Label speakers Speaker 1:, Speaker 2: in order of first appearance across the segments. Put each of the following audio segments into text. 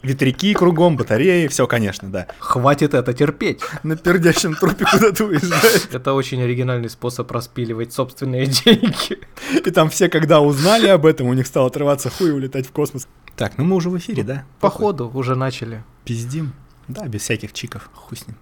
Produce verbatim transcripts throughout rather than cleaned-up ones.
Speaker 1: ветряки кругом, батареи, все, конечно, да.
Speaker 2: Хватит это терпеть.
Speaker 1: На пердящем трупе куда-то уезжает.
Speaker 2: Это очень оригинальный способ распиливать собственные деньги.
Speaker 1: И там все, когда узнали об этом, у них стало отрываться хуй и улетать в космос. Так, ну мы уже в эфире, да?
Speaker 2: Походу, уже начали.
Speaker 1: Пиздим. Да, без всяких чиков, хуй с ним.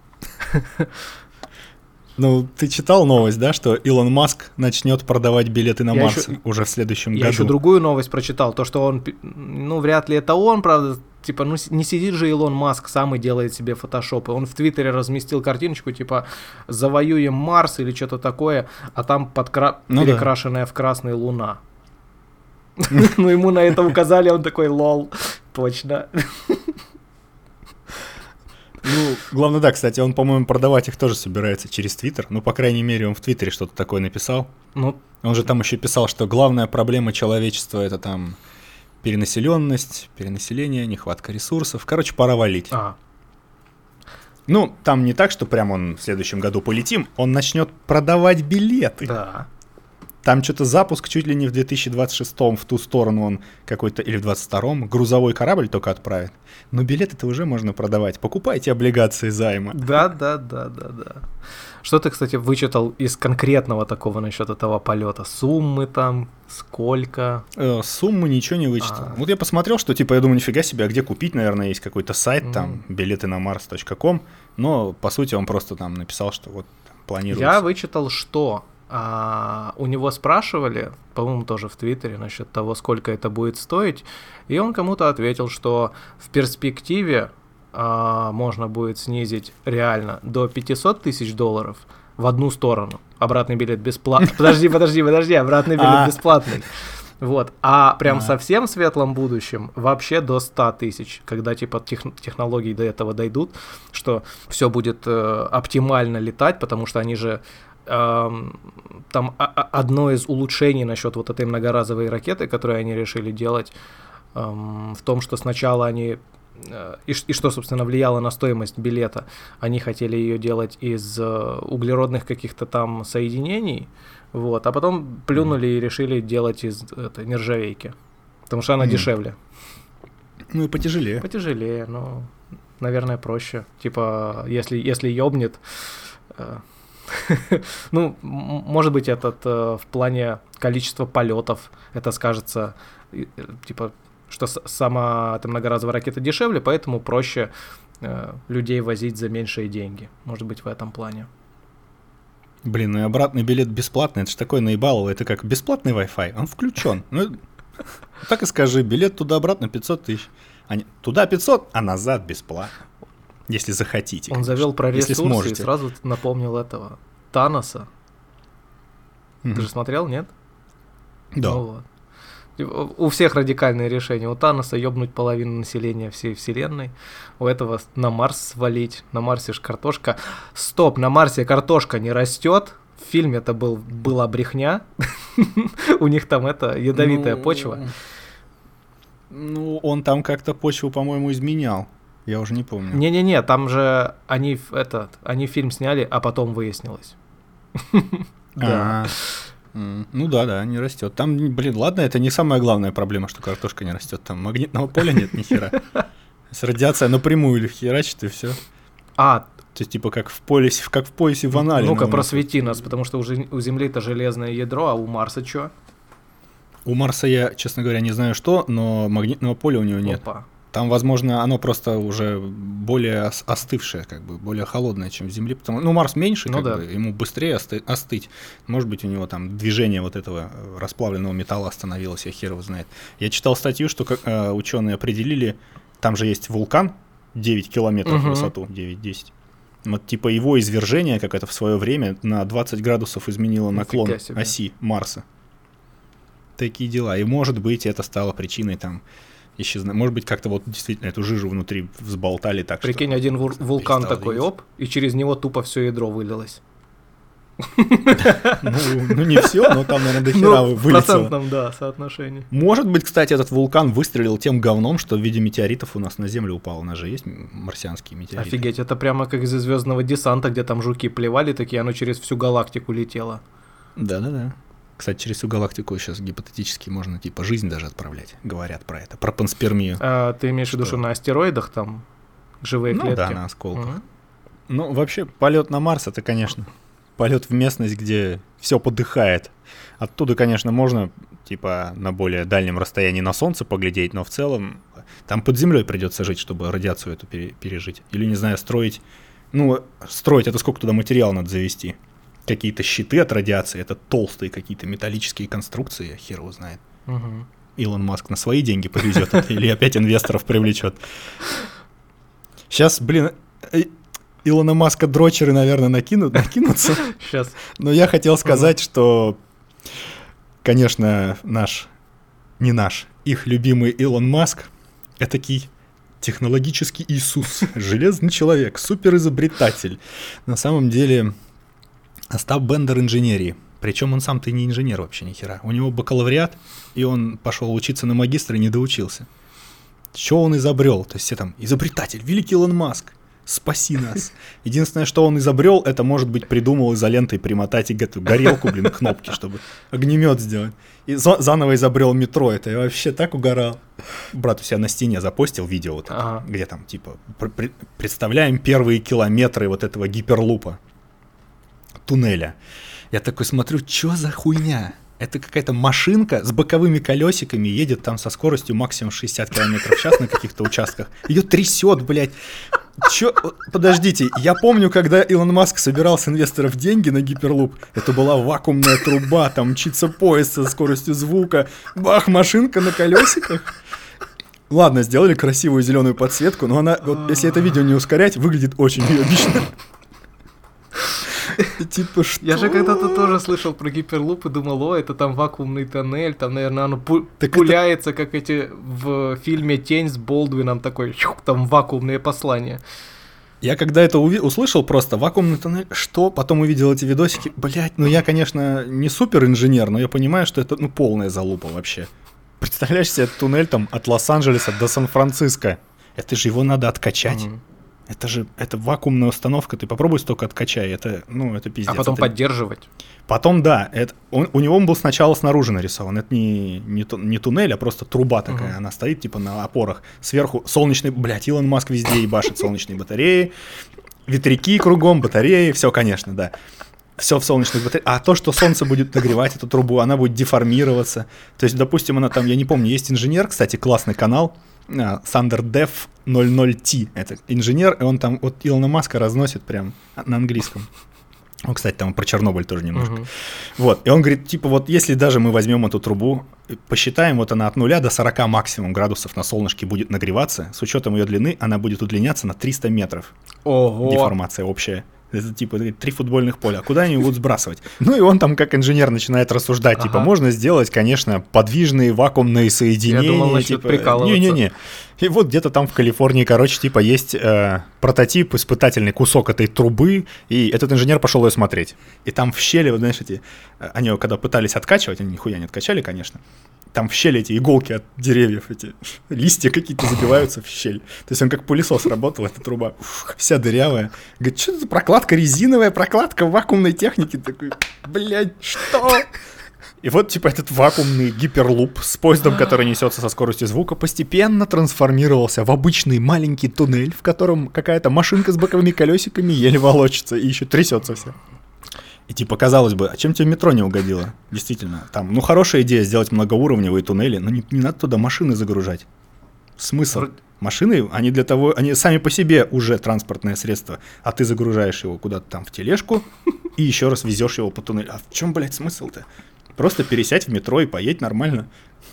Speaker 1: Ну, ты читал новость, да, что Илон Маск начнет продавать билеты на
Speaker 2: Я
Speaker 1: Марс
Speaker 2: еще,
Speaker 1: уже в следующем
Speaker 2: я
Speaker 1: году?
Speaker 2: Я еще другую новость прочитал, то, что он, ну, вряд ли это он, правда, типа, ну, не сидит же Илон Маск сам и делает себе фотошопы. Он в Твиттере разместил картиночку, типа, завоюем Марс или что-то такое, а там подкра... ну, перекрашенная да. в красный луна. Ну, ему на это указали, он такой, лол, точно.
Speaker 1: Ну, главное, да, кстати, он, по-моему, продавать их тоже собирается через Твиттер. Ну, по крайней мере, он в Твиттере что-то такое написал.
Speaker 2: Ну,
Speaker 1: он же там еще писал, что главная проблема человечества — это там перенаселенность, перенаселение, нехватка ресурсов. Короче, пора валить.
Speaker 2: А.
Speaker 1: Ну, там не так, что прям он в следующем году полетим, он начнет продавать билеты.
Speaker 2: Да.
Speaker 1: Там что-то запуск чуть ли не в две тысячи двадцать шестом в ту сторону он какой-то, или в двадцать втором, грузовой корабль только отправит. Но билеты-то уже можно продавать. Покупайте облигации займа.
Speaker 2: Да, да, да, да, да. Что ты, кстати, вычитал из конкретного такого насчет этого полета? Суммы там, сколько?
Speaker 1: Э, суммы ничего не вычитал. А. Вот я посмотрел, что типа, я думаю, нифига себе, а где купить, наверное, есть какой-то сайт, mm. там, билеты на марс точка ком, но, по сути, он просто там написал, что вот планируется.
Speaker 2: Я вычитал, что... А, у него спрашивали, по-моему, тоже в Твиттере, насчет того, сколько это будет стоить, и он кому-то ответил, что в перспективе а, можно будет снизить реально до пятьсот тысяч долларов в одну сторону. Обратный билет бесплатный. Подожди, подожди, подожди, обратный билет бесплатный. Вот. А прям совсем в светлом будущем вообще до ста тысяч, когда типа тех, технологии до этого дойдут, что все будет э, оптимально летать, потому что они же там одно из улучшений насчет вот этой многоразовой ракеты, которую они решили делать, в том, что сначала они, и, и что, собственно, влияло на стоимость билета, они хотели ее делать из углеродных каких-то там соединений, вот, а потом плюнули и решили делать из этой нержавейки, потому что она mm. дешевле.
Speaker 1: Ну и потяжелее.
Speaker 2: Потяжелее, но, наверное, проще. Типа, если, если ёбнет... Ну, может быть, этот э, в плане количества полетов это скажется, э, типа, что с- сама эта многоразовая ракета дешевле, поэтому проще э, людей возить за меньшие деньги. Может быть, в этом плане.
Speaker 1: Блин, ну и обратный билет бесплатный, это же такой наебалово, это как бесплатный Wi-Fi, он включен. Ну, так и скажи, билет туда-обратно пятьсот тысяч. А не, туда пятьсот, а назад бесплатно. Если захотите.
Speaker 2: Он конечно. Завел про ресурсы и сразу напомнил этого Таноса. Mm-hmm. Ты же смотрел, нет?
Speaker 1: Да.
Speaker 2: Ну, вот. У всех радикальные решения. У Таноса ёбнуть половину населения всей вселенной. У этого на Марс свалить. На Марсе ж картошка. Стоп, на Марсе картошка не растет. В фильме это был, была брехня. У них там это ядовитая почва.
Speaker 1: Ну, он там как-то почву, по-моему, изменял. Я уже не помню.
Speaker 2: Не-не-не, там же они, этот, они фильм сняли, а потом выяснилось.
Speaker 1: Да. Ну да, да, не растет. Там, блин, ладно, это не самая главная проблема, что картошка не растет. Там магнитного поля нет ни хера. С радиацией напрямую или херачит, и все.
Speaker 2: А,
Speaker 1: то есть, типа, как в полисе, как в поясе Ван Аллена.
Speaker 2: Ну-ка, просвети нас, потому что у Земли-то железное ядро, а у Марса что?
Speaker 1: У Марса я, честно говоря, не знаю что, но магнитного поля у него нет.
Speaker 2: Опа.
Speaker 1: Там, возможно, оно просто уже более остывшее, как бы, более холодное, чем в Земле. Потому... Ну, Марс меньше, ну, как да. бы, ему быстрее осты... остыть. Может быть, у него там движение вот этого расплавленного металла остановилось, я хер его знает. Я читал статью, что как, э, ученые определили, там же есть вулкан, девять километров угу. в высоту, девять-десять. Вот типа его извержение, как это в свое время, на двадцать градусов изменило наклон оси Марса. Такие дела. И, может быть, это стало причиной там... Исчезна... Может быть, как-то вот действительно эту жижу внутри взболтали так,
Speaker 2: Прикинь,
Speaker 1: что...
Speaker 2: один вул- вулкан такой, двигаться. Оп, и через него тупо все ядро вылилось.
Speaker 1: Ну, не все, но там, наверное, до хера вылетело.
Speaker 2: В процентном, да, соотношении.
Speaker 1: Может быть, кстати, этот вулкан выстрелил тем говном, что в виде метеоритов у нас на Землю упал. У нас же есть марсианские метеориты.
Speaker 2: Офигеть, это прямо как из звездного десанта, где там жуки плевали, такие, оно через всю галактику летело.
Speaker 1: Да-да-да. Кстати, через всю галактику сейчас гипотетически можно типа жизнь даже отправлять. Говорят про это, про панспермию.
Speaker 2: А, ты имеешь в виду, что на астероидах там живые клетки?
Speaker 1: Ну да, на осколках. Угу. Ну, вообще, полет на Марс — это, конечно, полет в местность, где все подыхает. Оттуда, конечно, можно, типа, на более дальнем расстоянии на Солнце поглядеть, но в целом там под землей придется жить, чтобы радиацию эту пере- пережить. Или, не знаю, строить... Ну, строить — это сколько туда материала надо завести? Какие-то щиты от радиации, это толстые какие-то металлические конструкции, хер его знает.
Speaker 2: Угу.
Speaker 1: Илон Маск на свои деньги повезет это или опять инвесторов привлечет. Сейчас, блин... Илона Маска дрочеры, наверное, накинут, накинутся.
Speaker 2: Сейчас.
Speaker 1: Но я хотел сказать, uh-huh. что, конечно, наш, не наш, их любимый Илон Маск — этакий технологический Иисус, железный человек, суперизобретатель. На самом деле Остап Бендер инженерии. Причем он сам-то и не инженер вообще ни хера. У него бакалавриат, и он пошел учиться на магистра и не доучился. Что он изобрел? То есть все там изобретатель, великий Илон Маск. Спаси нас. Единственное, что он изобрел, это, может быть, придумал изолентой примотать и эту горелку, блин, кнопки, чтобы огнемет сделать. И за- заново изобрел метро. Это я вообще так угорал. Брат у себя на стене запостил видео, вот это, ага. где там, типа, пр- представляем первые километры вот этого гиперлупа, туннеля. Я такой смотрю, что за хуйня? Это какая-то машинка с боковыми колесиками, едет там со скоростью максимум шестьдесят километров в час на каких-то участках. Ее трясет, блядь. Чё? Подождите, я помню, когда Илон Маск собирал с инвесторов деньги на гиперлуп, это была вакуумная труба, там мчится поезд со скоростью звука, бах, машинка на колесиках. Ладно, сделали красивую зеленую подсветку, но она, вот, если это видео не ускорять, выглядит очень необычно. Типа что?
Speaker 2: Я же когда-то тоже слышал про гиперлуп и думал, о, это там вакуумный тоннель, там, наверное, оно пу- пуляется, это... как эти в фильме «Тень» с Болдуином, такой, там вакуумные послания.
Speaker 1: Я когда это уви- услышал просто, вакуумный тоннель, что? Потом увидел эти видосики, блять, ну я, конечно, не супер инженер, но я понимаю, что это, ну, полная залупа вообще. Представляешь себе туннель там от Лос-Анджелеса до Сан-Франциско, это же его надо откачать. Mm-hmm. Это же, это вакуумная установка, ты попробуй столько откачай, это, ну, это пиздец.
Speaker 2: А потом
Speaker 1: это...
Speaker 2: поддерживать?
Speaker 1: Потом, да, это, он, у него он был сначала снаружи нарисован, это не, не, не туннель, а просто труба такая, uh-huh. она стоит типа на опорах, сверху солнечный, блядь, Илон Маск везде ебашит солнечные батареи, ветряки кругом, батареи, все, конечно, да. Все в солнечных батареях. А то, что солнце будет нагревать эту трубу, она будет деформироваться. То есть, допустим, она там, я не помню, есть инженер, кстати, классный канал, Thunderdef ноль ноль ти. Это инженер, и он там от Илона Маска разносит прям на английском. Он, кстати, там про Чернобыль тоже немножко. Uh-huh. Вот. И он говорит, типа, вот если даже мы возьмем эту трубу, посчитаем, вот она от нуля до сорока максимум градусов на солнышке будет нагреваться, с учетом ее длины, она будет удлиняться на триста метров.
Speaker 2: Ого.
Speaker 1: Деформация общая. Это типа три футбольных поля. А куда они будут сбрасывать? Ну и он там как инженер начинает рассуждать. Ага. Типа можно сделать, конечно, подвижные вакуумные соединения.
Speaker 2: Я думал, начнет
Speaker 1: типа,
Speaker 2: прикалываться.
Speaker 1: Не-не-не. И вот где-то там в Калифорнии, короче, типа есть э, прототип, испытательный кусок этой трубы. И этот инженер пошел ее смотреть. И там в щели, вот знаешь, эти... Они его когда пытались откачивать, они нихуя не откачали, конечно. Там в щели эти иголки от деревьев, эти листья какие-то забиваются в щель. То есть он как пылесос работал, эта труба, ух, вся дырявая. Говорит, что это прокладка резиновая, прокладка вакуумной техники. Такой, блядь, что? И вот типа этот вакуумный гиперлуп с поездом, который несется со скоростью звука, постепенно трансформировался в обычный маленький туннель, в котором какая-то машинка с боковыми колесиками еле волочится и еще трясется вся. И типа, казалось бы, а чем тебе метро не угодило? Действительно, там, ну, хорошая идея сделать многоуровневые туннели, но не, не надо туда машины загружать. Смысл? Машины, они для того, они сами по себе уже транспортное средство, а ты загружаешь его куда-то там в тележку и еще раз везешь его по туннелю. А в чем, блядь, смысл-то? Просто пересядь в метро и поедь нормально.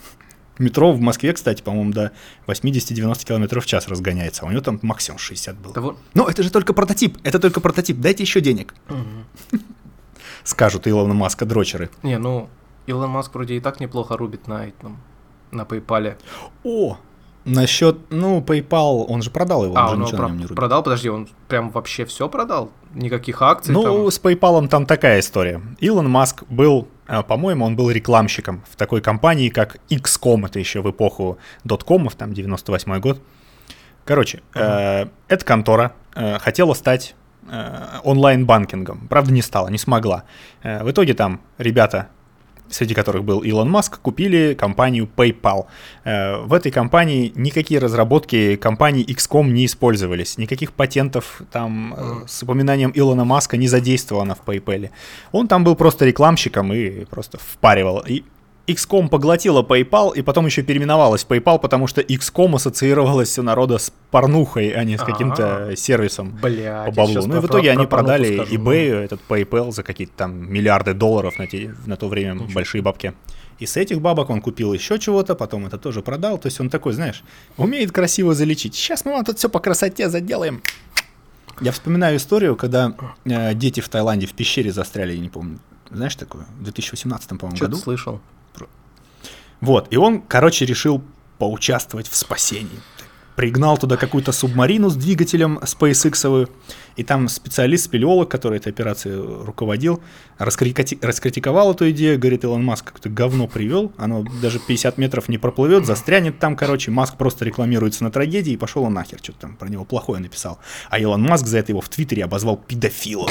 Speaker 1: Метро в Москве, кстати, по-моему, до восемьдесят-девяносто километров в час разгоняется, а у него там максимум шестьдесят было. Да вот. Но это же только прототип, это только прототип, дайте еще денег. Угу. Скажут Илона Маска дрочеры.
Speaker 2: Не, ну, Илон Маск вроде и так неплохо рубит на этом, на PayPal.
Speaker 1: О, насчет, ну, PayPal, он же продал его,
Speaker 2: а,
Speaker 1: он же
Speaker 2: он
Speaker 1: ничего
Speaker 2: про-
Speaker 1: на нем не рубит.
Speaker 2: Продал, подожди, он прям вообще все продал? Никаких акций
Speaker 1: ну,
Speaker 2: там?
Speaker 1: Ну, с PayPal там такая история. Илон Маск был, по-моему, он был рекламщиком в такой компании, как икс ком, это еще в эпоху доткомов, там, девяносто восьмой год. Короче, uh-huh. э, эта контора э, хотела стать онлайн-банкингом. Правда, не стала, не смогла. В итоге там ребята среди которых был Илон Маск, купили компанию PayPal. В этой компании никакие разработки компании икс ком не использовались, никаких патентов там mm. с упоминанием Илона Маска не задействовано в PayPal. Он там был просто рекламщиком и просто впаривал. И икс ком поглотила PayPal и потом еще переименовалась в PayPal, потому что икс ком ассоциировалось у народа с порнухой, а не с каким-то А-а-а. сервисом
Speaker 2: Блядь,
Speaker 1: по баблу. Ну и в итоге они продали eBay, этот PayPal за какие-то там миллиарды долларов на, те, на то время, Ничего. большие бабки. И с этих бабок он купил еще чего-то, потом это тоже продал. То есть он такой, знаешь, умеет красиво залечить. Сейчас мы вам тут все по красоте заделаем. Я вспоминаю историю, когда э, дети в Таиланде в пещере застряли, я не помню. Знаешь такое? В две тысячи восемнадцатом, по-моему,
Speaker 2: Что-то
Speaker 1: году.
Speaker 2: слышал.
Speaker 1: Вот, и он, короче, решил поучаствовать в спасении. Пригнал туда какую-то субмарину с двигателем SpaceX-овую, и там специалист-спелеолог, который этой операцией руководил, раскрити- раскритиковал эту идею, говорит, Илон Маск как-то говно привел, оно даже пятьдесят метров не проплывет, застрянет там, короче, Маск просто рекламируется на трагедии, и пошел он нахер, что-то там про него плохое написал. А Илон Маск за это его в Твиттере обозвал педофилом.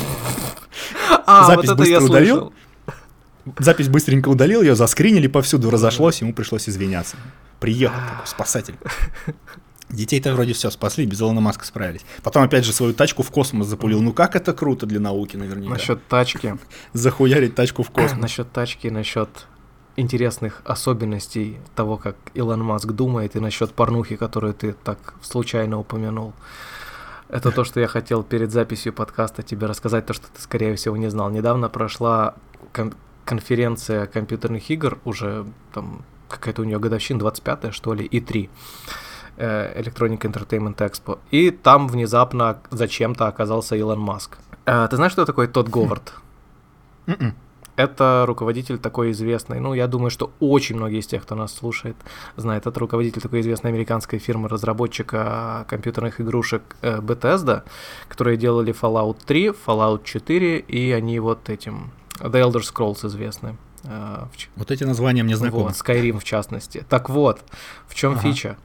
Speaker 1: Запись быстро удалил. Запись быстренько удалил, ее заскринили повсюду, разошлось, ему пришлось извиняться. Приехал такой спасатель. Детей-то вроде все спасли, без Илона Маска справились. Потом опять же свою тачку в космос запулил. Ну как это круто для науки наверняка.
Speaker 2: Насчет тачки.
Speaker 1: Захуярить тачку в космос.
Speaker 2: Насчет тачки, насчет интересных особенностей того, как Илон Маск думает, и насчет порнухи, которую ты так случайно упомянул. Это то, что я хотел перед записью подкаста тебе рассказать, то, что ты, скорее всего, не знал. Недавно прошла кон- конференция компьютерных игр, уже там какая-то у нее годовщина, двадцать пятая, что ли, и три, Electronic Entertainment Expo, и там внезапно зачем-то оказался Илон Маск. Ты знаешь, что такое Тодд Говард?
Speaker 1: Mm-mm.
Speaker 2: Это руководитель такой известной, ну, я думаю, что очень многие из тех, кто нас слушает, знают, это руководитель такой известной американской фирмы-разработчика компьютерных игрушек Bethesda, которые делали Fallout три, Fallout четыре, и они вот этим, The Elder Scrolls известны.
Speaker 1: Вот эти названия мне знакомы.
Speaker 2: Вот, Skyrim в частности. Так вот, в чем ага. фича?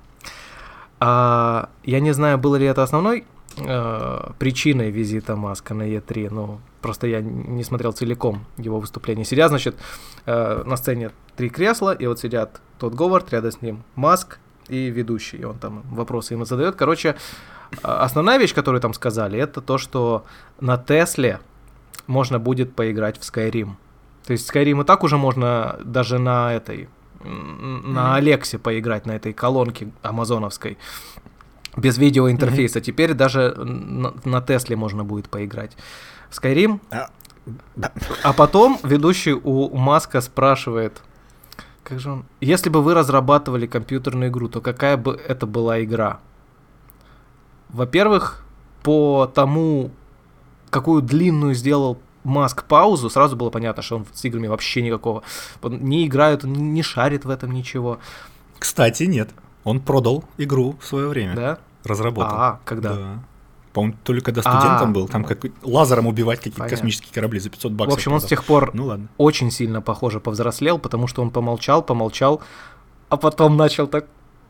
Speaker 2: А, я не знаю, было ли это основной а, причиной визита Маска на и три, но просто я не смотрел целиком его выступление. Сидят, значит, а, на сцене три кресла, и вот сидят Тодд Говард, рядом с ним Маск и ведущий, и он там вопросы ему задает. Короче, основная вещь, которую там сказали, это то, что на Тесле можно будет поиграть в Skyrim. То есть Skyrim и так уже можно даже на этой, на Алексе поиграть, на этой колонке амазоновской, без видеоинтерфейса. Mm-hmm. Теперь даже на, на Тесле можно будет поиграть в Skyrim. А потом ведущий у Маска спрашивает, как же он, если бы вы разрабатывали компьютерную игру, то какая бы это была игра? Во-первых, по тому, какую длинную сделал Маск паузу, сразу было понятно, что он с играми вообще никакого не играет, он не шарит в этом ничего.
Speaker 1: Кстати, нет. Он продал игру в свое время.
Speaker 2: Да?
Speaker 1: Разработал.
Speaker 2: А, когда?
Speaker 1: Да. По-моему, то ли когда студентом
Speaker 2: А,
Speaker 1: был, там как лазером убивать какие-то
Speaker 2: понятно.
Speaker 1: Космические корабли за пятьсот баксов.
Speaker 2: В общем, он
Speaker 1: продал.
Speaker 2: с тех пор
Speaker 1: ну, ладно.
Speaker 2: очень сильно, похоже, повзрослел, потому что он помолчал, помолчал, а потом начал так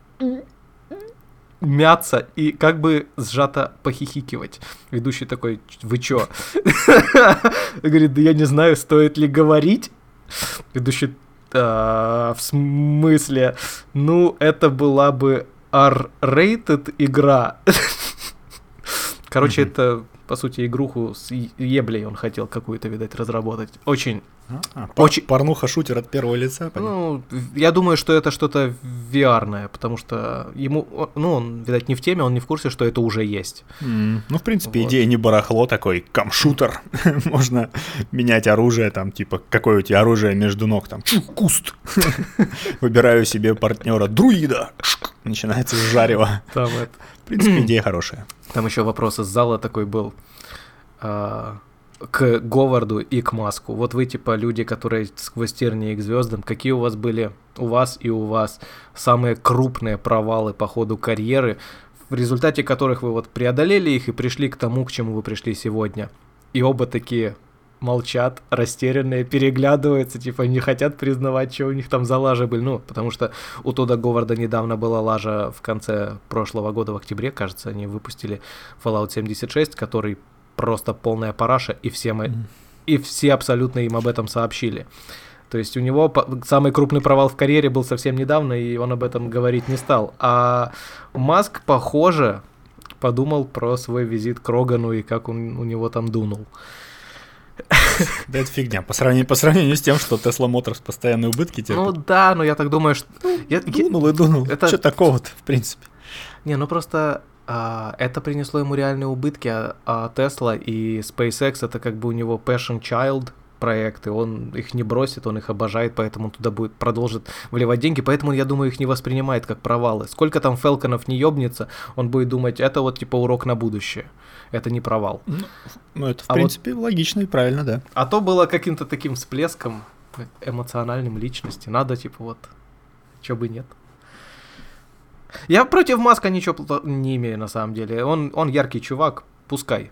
Speaker 2: мяться и как бы сжато похихикивать. Ведущий такой, вы чё? Говорит, да я не знаю, стоит ли говорить. Ведущий, в смысле? Ну, это была бы ар-рейтед игра. Короче, это, по сути, игруху с еблей он хотел какую-то, видать, разработать. Очень...
Speaker 1: А, очень... Порнуха-шутер от первого лица?
Speaker 2: Понятно. Ну, я думаю, что это что-то ви ар-ное, потому что ему... Ну, он, видать, не в теме, он не в курсе, что это уже есть.
Speaker 1: Mm. Ну, в принципе, вот. Идея не барахло, такой камшутер. Можно менять оружие, там, типа, какое у тебя оружие между ног, там, куст. Выбираю себе партнера друида. Начинается жарево.
Speaker 2: Там это...
Speaker 1: В принципе, идея хорошая.
Speaker 2: Там еще вопрос из зала такой был а, к Говарду и к Маску. Вот вы, типа, люди, которые сквозь тернии к звездам, какие у вас были, у вас и у вас, самые крупные провалы по ходу карьеры, в результате которых вы вот преодолели их и пришли к тому, к чему вы пришли сегодня. И оба такие молчат, растерянные, переглядываются, типа не хотят признавать, что у них там за лажи были. Ну, потому что у Тодда Говарда недавно была лажа в конце прошлого года, в октябре, кажется, они выпустили Fallout семьдесят шесть, который просто полная параша, и все, мы, mm. и все абсолютно им об этом сообщили. То есть у него самый крупный провал в карьере был совсем недавно, и он об этом говорить не стал. А Маск, похоже, подумал про свой визит к Рогану и как он у него там дунул.
Speaker 1: Да это фигня. По сравнению, по сравнению с тем, что Tesla Motors постоянные убытки терпит.
Speaker 2: Ну да, но я так думаю, что... Я,
Speaker 1: дунул и дунул. Это... Что такого-то, в принципе?
Speaker 2: Не, ну просто а, это принесло ему реальные убытки, а, а Tesla и SpaceX это как бы у него passion child проекты, он их не бросит, он их обожает, поэтому он туда будет продолжит вливать деньги, поэтому, я думаю, их не воспринимает как провалы. Сколько там Фелконов не ёбнется, он будет думать, это вот типа урок на будущее, это не провал.
Speaker 1: Ну, ну это, в а принципе, вот, логично и правильно, да.
Speaker 2: А то было каким-то таким всплеском эмоциональным личности, надо типа вот, чё бы нет. Я против Маска ничего не имею на самом деле, он, он яркий чувак, пускай.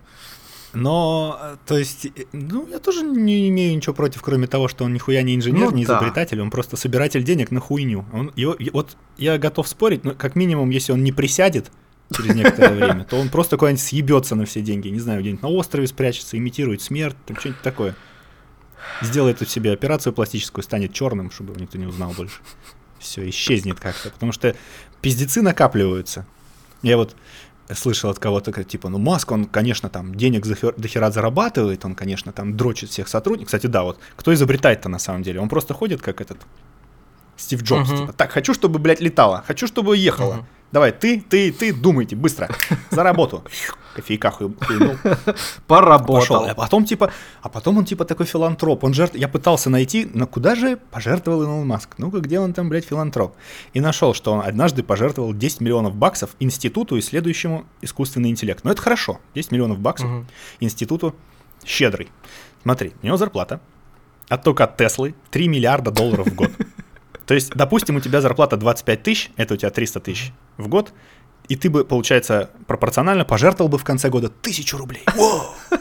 Speaker 1: Но, то есть, ну, я тоже не имею ничего против, кроме того, что он нихуя не инженер, ну, не да. изобретатель, он просто собиратель денег на хуйню. Он, его, вот я готов спорить, но как минимум, если он не присядет через некоторое время, то он просто куда-нибудь съебется на все деньги, не знаю, где-нибудь на острове спрячется, имитирует смерть, там что-нибудь такое. Сделает у себя операцию пластическую, станет черным, чтобы его никто не узнал больше. Все, исчезнет как-то, потому что пиздецы накапливаются. Я вот... слышал от кого-то, типа, ну, Маск, он, конечно, там денег до хера зарабатывает, он, конечно, там дрочит всех сотрудников. Кстати, да, вот, кто изобретает-то на самом деле? Он просто ходит, как этот Стив Джобс, uh-huh. типа, так, хочу, чтобы, блядь, летала, хочу, чтобы ехала. Uh-huh. Давай, ты, ты, ты, думайте, быстро, за работу. Кофейка хуйнул.
Speaker 2: Поработал.
Speaker 1: А потом, типа, а потом он, типа, такой филантроп. Он жертв... Я пытался найти, но куда же пожертвовал Илон Маск? Ну-ка, где он там, блядь, филантроп? И нашел, что он однажды пожертвовал десять миллионов баксов институту, исследующему искусственный интеллект. Но это хорошо, десять миллионов баксов угу. институту щедрый. Смотри, у него зарплата, а только от Теслы три миллиарда долларов в год. То есть, допустим, у тебя зарплата двадцать пять тысяч, это у тебя триста тысяч в год, и ты бы, получается, пропорционально пожертвовал бы в конце года тысячу рублей. Воу!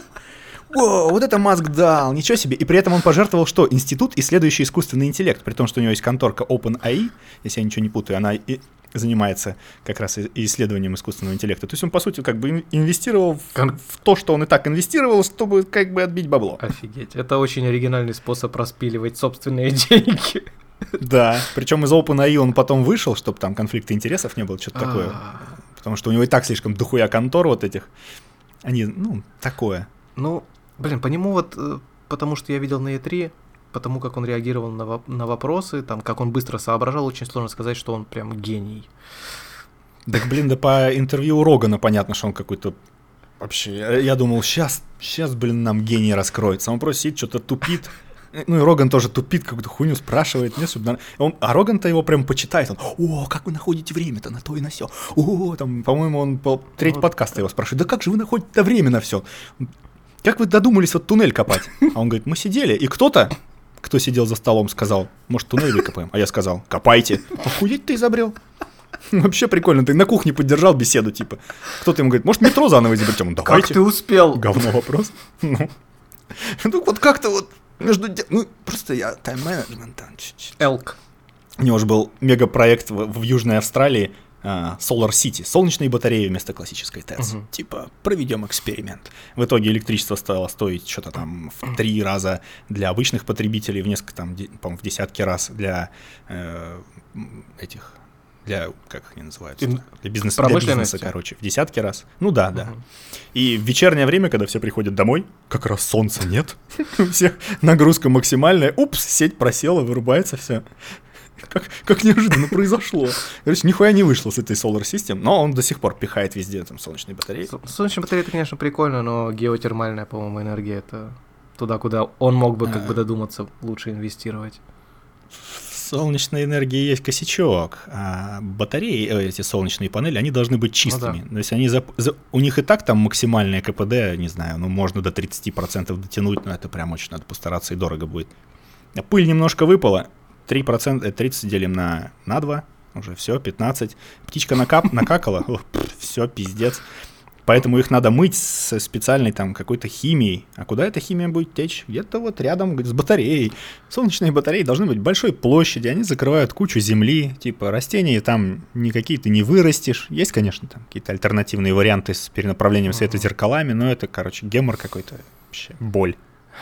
Speaker 1: Воу, вот это Маск дал, ничего себе. И при этом он пожертвовал что? Институт, исследующий искусственный интеллект, при том, что у него есть конторка OpenAI, если я ничего не путаю, она и занимается как раз исследованием искусственного интеллекта. То есть он, по сути, как бы инвестировал в, в то, что он и так инвестировал, чтобы как бы отбить бабло.
Speaker 2: Офигеть, это очень оригинальный способ распиливать собственные деньги.
Speaker 1: Да, причем из OpenAI он потом вышел, чтобы там конфликта интересов не было, что-то такое. Потому что у него и так слишком дохуя контор вот этих. Они, ну, такое.
Speaker 2: Ну, блин, по нему вот, потому что я видел на и три, потому как он реагировал на, воп- на вопросы, там, как он быстро соображал, очень сложно сказать, что он прям гений.
Speaker 1: Так, блин, да по интервью Рогана понятно, что он какой-то... Вообще, я, я думал, сейчас, сейчас, блин, нам гений раскроется. Он просто сидит, что-то тупит. Ну и Роган тоже тупит, какую-то хуйню спрашивает. Мне, чтобы... он... А Роган-то его прям почитает. Он, о, как вы находите время-то на то и на сё? О, там, по-моему, он по... треть вот подкаста его спрашивает. Да как же вы находите время на все? Как вы додумались вот туннель копать? А он говорит, мы сидели, и кто-то, кто сидел за столом, сказал, может, туннель выкопаем? А я сказал, копайте. Охуеть ты изобрел. Вообще прикольно, ты на кухне поддержал беседу, типа. Кто-то ему говорит, может, метро заново изобретем? Давайте.
Speaker 2: Как ты успел?
Speaker 1: Говно вопрос. Ну, вот как-то вот между... Ну, просто я тайм-менеджмент там чуть-чуть.
Speaker 2: Элк.
Speaker 1: У него же был мегапроект в, в Южной Австралии, uh, Solar City, солнечные батареи вместо классической ТЭЦ. Uh-huh. Типа, проведем эксперимент. В итоге электричество стало стоить что-то там в три раза для обычных потребителей, в несколько там, по-моему, в десятки раз для э, этих... Для, как они называются? Для, бизнес, для бизнеса, короче, в десятки раз. Ну да, uh-huh. да. И в вечернее время, когда все приходят домой, как раз солнца нет, у всех нагрузка максимальная, упс, сеть просела, вырубается все. Как, как неожиданно произошло. Короче, нихуя не вышло с этой Solar System, но он до сих пор пихает везде там солнечные батареи.
Speaker 2: Солнечные батареи, это, конечно, прикольно, но геотермальная, по-моему, энергия, это туда, куда он мог бы как бы додуматься лучше инвестировать.
Speaker 1: В солнечной энергии есть косячок, а батареи, эти солнечные панели, они должны быть чистыми. Ну, да. То есть они за, за, у них и так там максимальное КПД, не знаю, ну можно до тридцать процентов дотянуть, но это прям очень надо постараться и дорого будет. А пыль немножко выпала, три процента, тридцать делим на, на два, уже все, пятнадцать. Птичка накап, накакала, все, пиздец. Поэтому их надо мыть с специальной там какой-то химией. А куда эта химия будет течь? Где-то вот рядом с батареей. Солнечные батареи должны быть большой площади, они закрывают кучу земли. Типа растения там никакие ты не вырастешь. Есть, конечно, там какие-то альтернативные варианты с перенаправлением света зеркалами, но это, короче, гемор какой-то, вообще боль.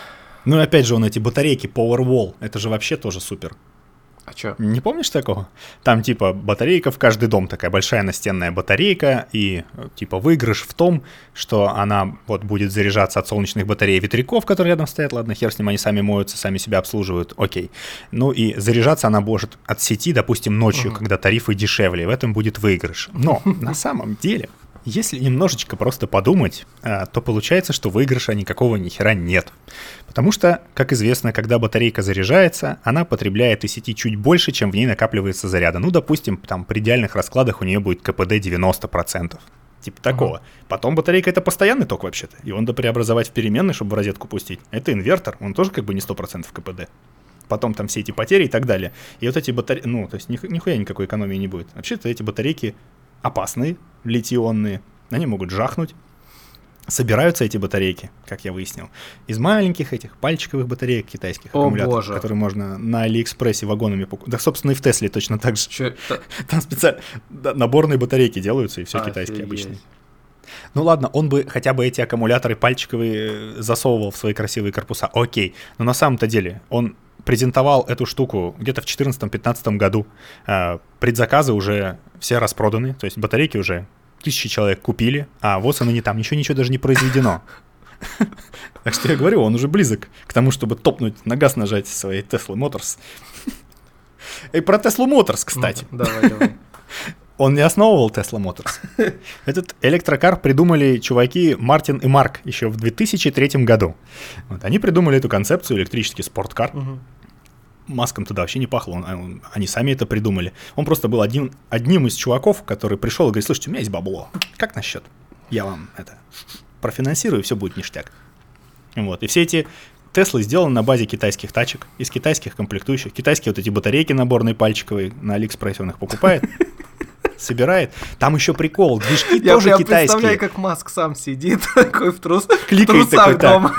Speaker 1: Ну и опять же, он эти батарейки Powerwall, это же вообще тоже супер.
Speaker 2: А чё?
Speaker 1: Не помнишь такого? Там типа батарейка в каждый дом, такая большая настенная батарейка, и типа выигрыш в том, что она вот будет заряжаться от солнечных батарей ветряков, которые рядом стоят, ладно, хер с ним, они сами моются, сами себя обслуживают, окей. Ну и заряжаться она может от сети, допустим, ночью, угу. когда тарифы дешевле, в этом будет выигрыш. Но на самом деле... Если немножечко просто подумать, то получается, что выигрыша никакого ни хера нет. Потому что, как известно, когда батарейка заряжается, она потребляет из сети чуть больше, чем в ней накапливается заряда. Ну, допустим, там при идеальных раскладах у нее будет КПД девяносто процентов. Типа такого. Uh-huh. Потом батарейка — это постоянный ток вообще-то. Его надо преобразовать в переменный, чтобы в розетку пустить. Это инвертор, он тоже как бы не сто процентов КПД. Потом там все эти потери и так далее. И вот эти батарейки, ну, то есть них, нихуя никакой экономии не будет. Вообще-то эти батарейки опасные, литий-ионные, они могут жахнуть. Собираются эти батарейки, как я выяснил, из маленьких этих пальчиковых батареек китайских,
Speaker 2: О,
Speaker 1: аккумуляторов,
Speaker 2: боже.
Speaker 1: которые можно на Алиэкспрессе вагонами покупать. Да, собственно, и в Тесле точно так же.
Speaker 2: Чё,
Speaker 1: Там специально наборные батарейки делаются, и все
Speaker 2: Офигеть.
Speaker 1: Китайские обычные. Ну ладно, он бы хотя бы эти аккумуляторы пальчиковые засовывал в свои красивые корпуса, окей. Но на самом-то деле он презентовал эту штуку где-то в четырнадцатом-пятнадцатом году. Предзаказы уже все распроданы, то есть батарейки уже тысячи человек купили, а вот они не там, ничего ничего даже не произведено. Так что я говорю, он уже близок к тому, чтобы топнуть на газ нажать своей Tesla Motors. И про Tesla Motors, кстати.
Speaker 2: Давай, давай.
Speaker 1: Он не основывал Tesla Motors. Этот электрокар придумали чуваки Мартин и Марк еще в две тысячи третьем году. Вот, они придумали эту концепцию, электрический спорткар. Угу. Маском тогда вообще не пахло, он, он, они сами это придумали. Он просто был один, одним из чуваков, который пришел и говорит: слушайте, у меня есть бабло, как насчет? Я вам это профинансирую, и все будет ништяк. Вот. И все эти Теслы сделаны на базе китайских тачек, из китайских комплектующих. Китайские вот эти батарейки наборные пальчиковые, на Алиэкспрессе он их покупает, собирает. Там еще прикол, движки
Speaker 2: я
Speaker 1: тоже
Speaker 2: прям
Speaker 1: китайские. Я
Speaker 2: представляю, как Маск сам сидит такой в, трус,
Speaker 1: кликает
Speaker 2: в трусах дома.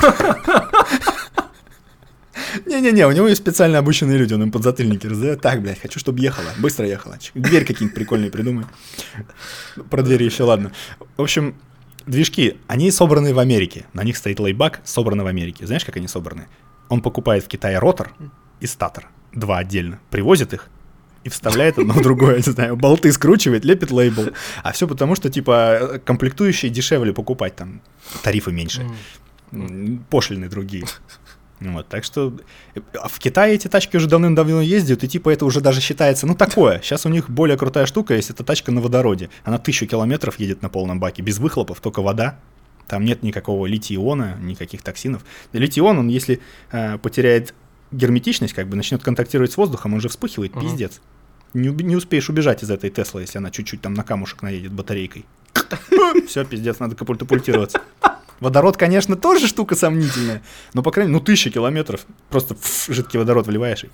Speaker 1: Не-не-не, у него есть специально обученные люди, он им подзатыльники раздает. Так, блядь, хочу, чтобы ехала, быстро ехала. Дверь какие-нибудь прикольные придумай. Про двери еще ладно. В общем, движки, они собраны в Америке. На них стоит лейбак, собраны в Америке. Знаешь, как они собраны? Он покупает в Китае ротор и статор, два отдельно, привозит их и вставляет одно в другое, не знаю, болты скручивает, лепит лейбл. А все потому, что, типа, комплектующие дешевле покупать, там, тарифы меньше, пошлины другие. Вот, так что в Китае эти тачки уже давным-давно ездят, и типа это уже даже считается, ну такое. Сейчас у них более крутая штука есть, это тачка на водороде. Она тысячу километров едет на полном баке, без выхлопов, только вода. Там нет никакого литий-иона, никаких токсинов. Литий-ион, он если э, потеряет герметичность, как бы начнет контактировать с воздухом, он же вспыхивает, uh-huh. пиздец. Не, не успеешь убежать из этой Теслы, если она чуть-чуть там на камушек наедет батарейкой. Все, пиздец, надо катапультироваться. Водород, конечно, тоже штука сомнительная, но, по крайней мере, ну, тысяча километров, просто фу, жидкий водород вливаешь, и...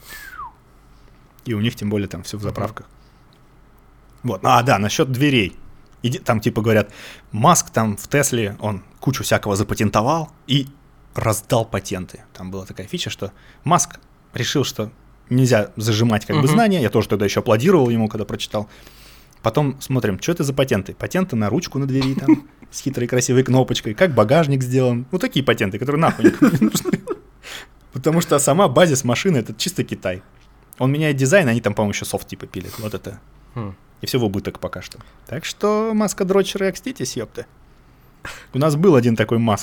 Speaker 1: и у них, тем более, там все в заправках. Вот, а, да, насчет дверей. Иди, там, типа, говорят, Маск там в Тесле, он кучу всякого запатентовал и раздал патенты. Там была такая фича, что Маск решил, что нельзя зажимать, как бы, uh-huh. знания. Я тоже тогда еще аплодировал ему, когда прочитал. Потом смотрим, что это за патенты. Патенты на ручку на двери там, с хитрой красивой кнопочкой, как багажник сделан. Ну, такие патенты, которые нахуй никому не нужны. Потому что сама базис машины — это чисто Китай. Он меняет дизайн, они там, по-моему, еще софт типа пилят. Вот это. И все в убыток пока что. Так что, маска-дрочеры, окститесь, ёпта. У нас был один такой Маск.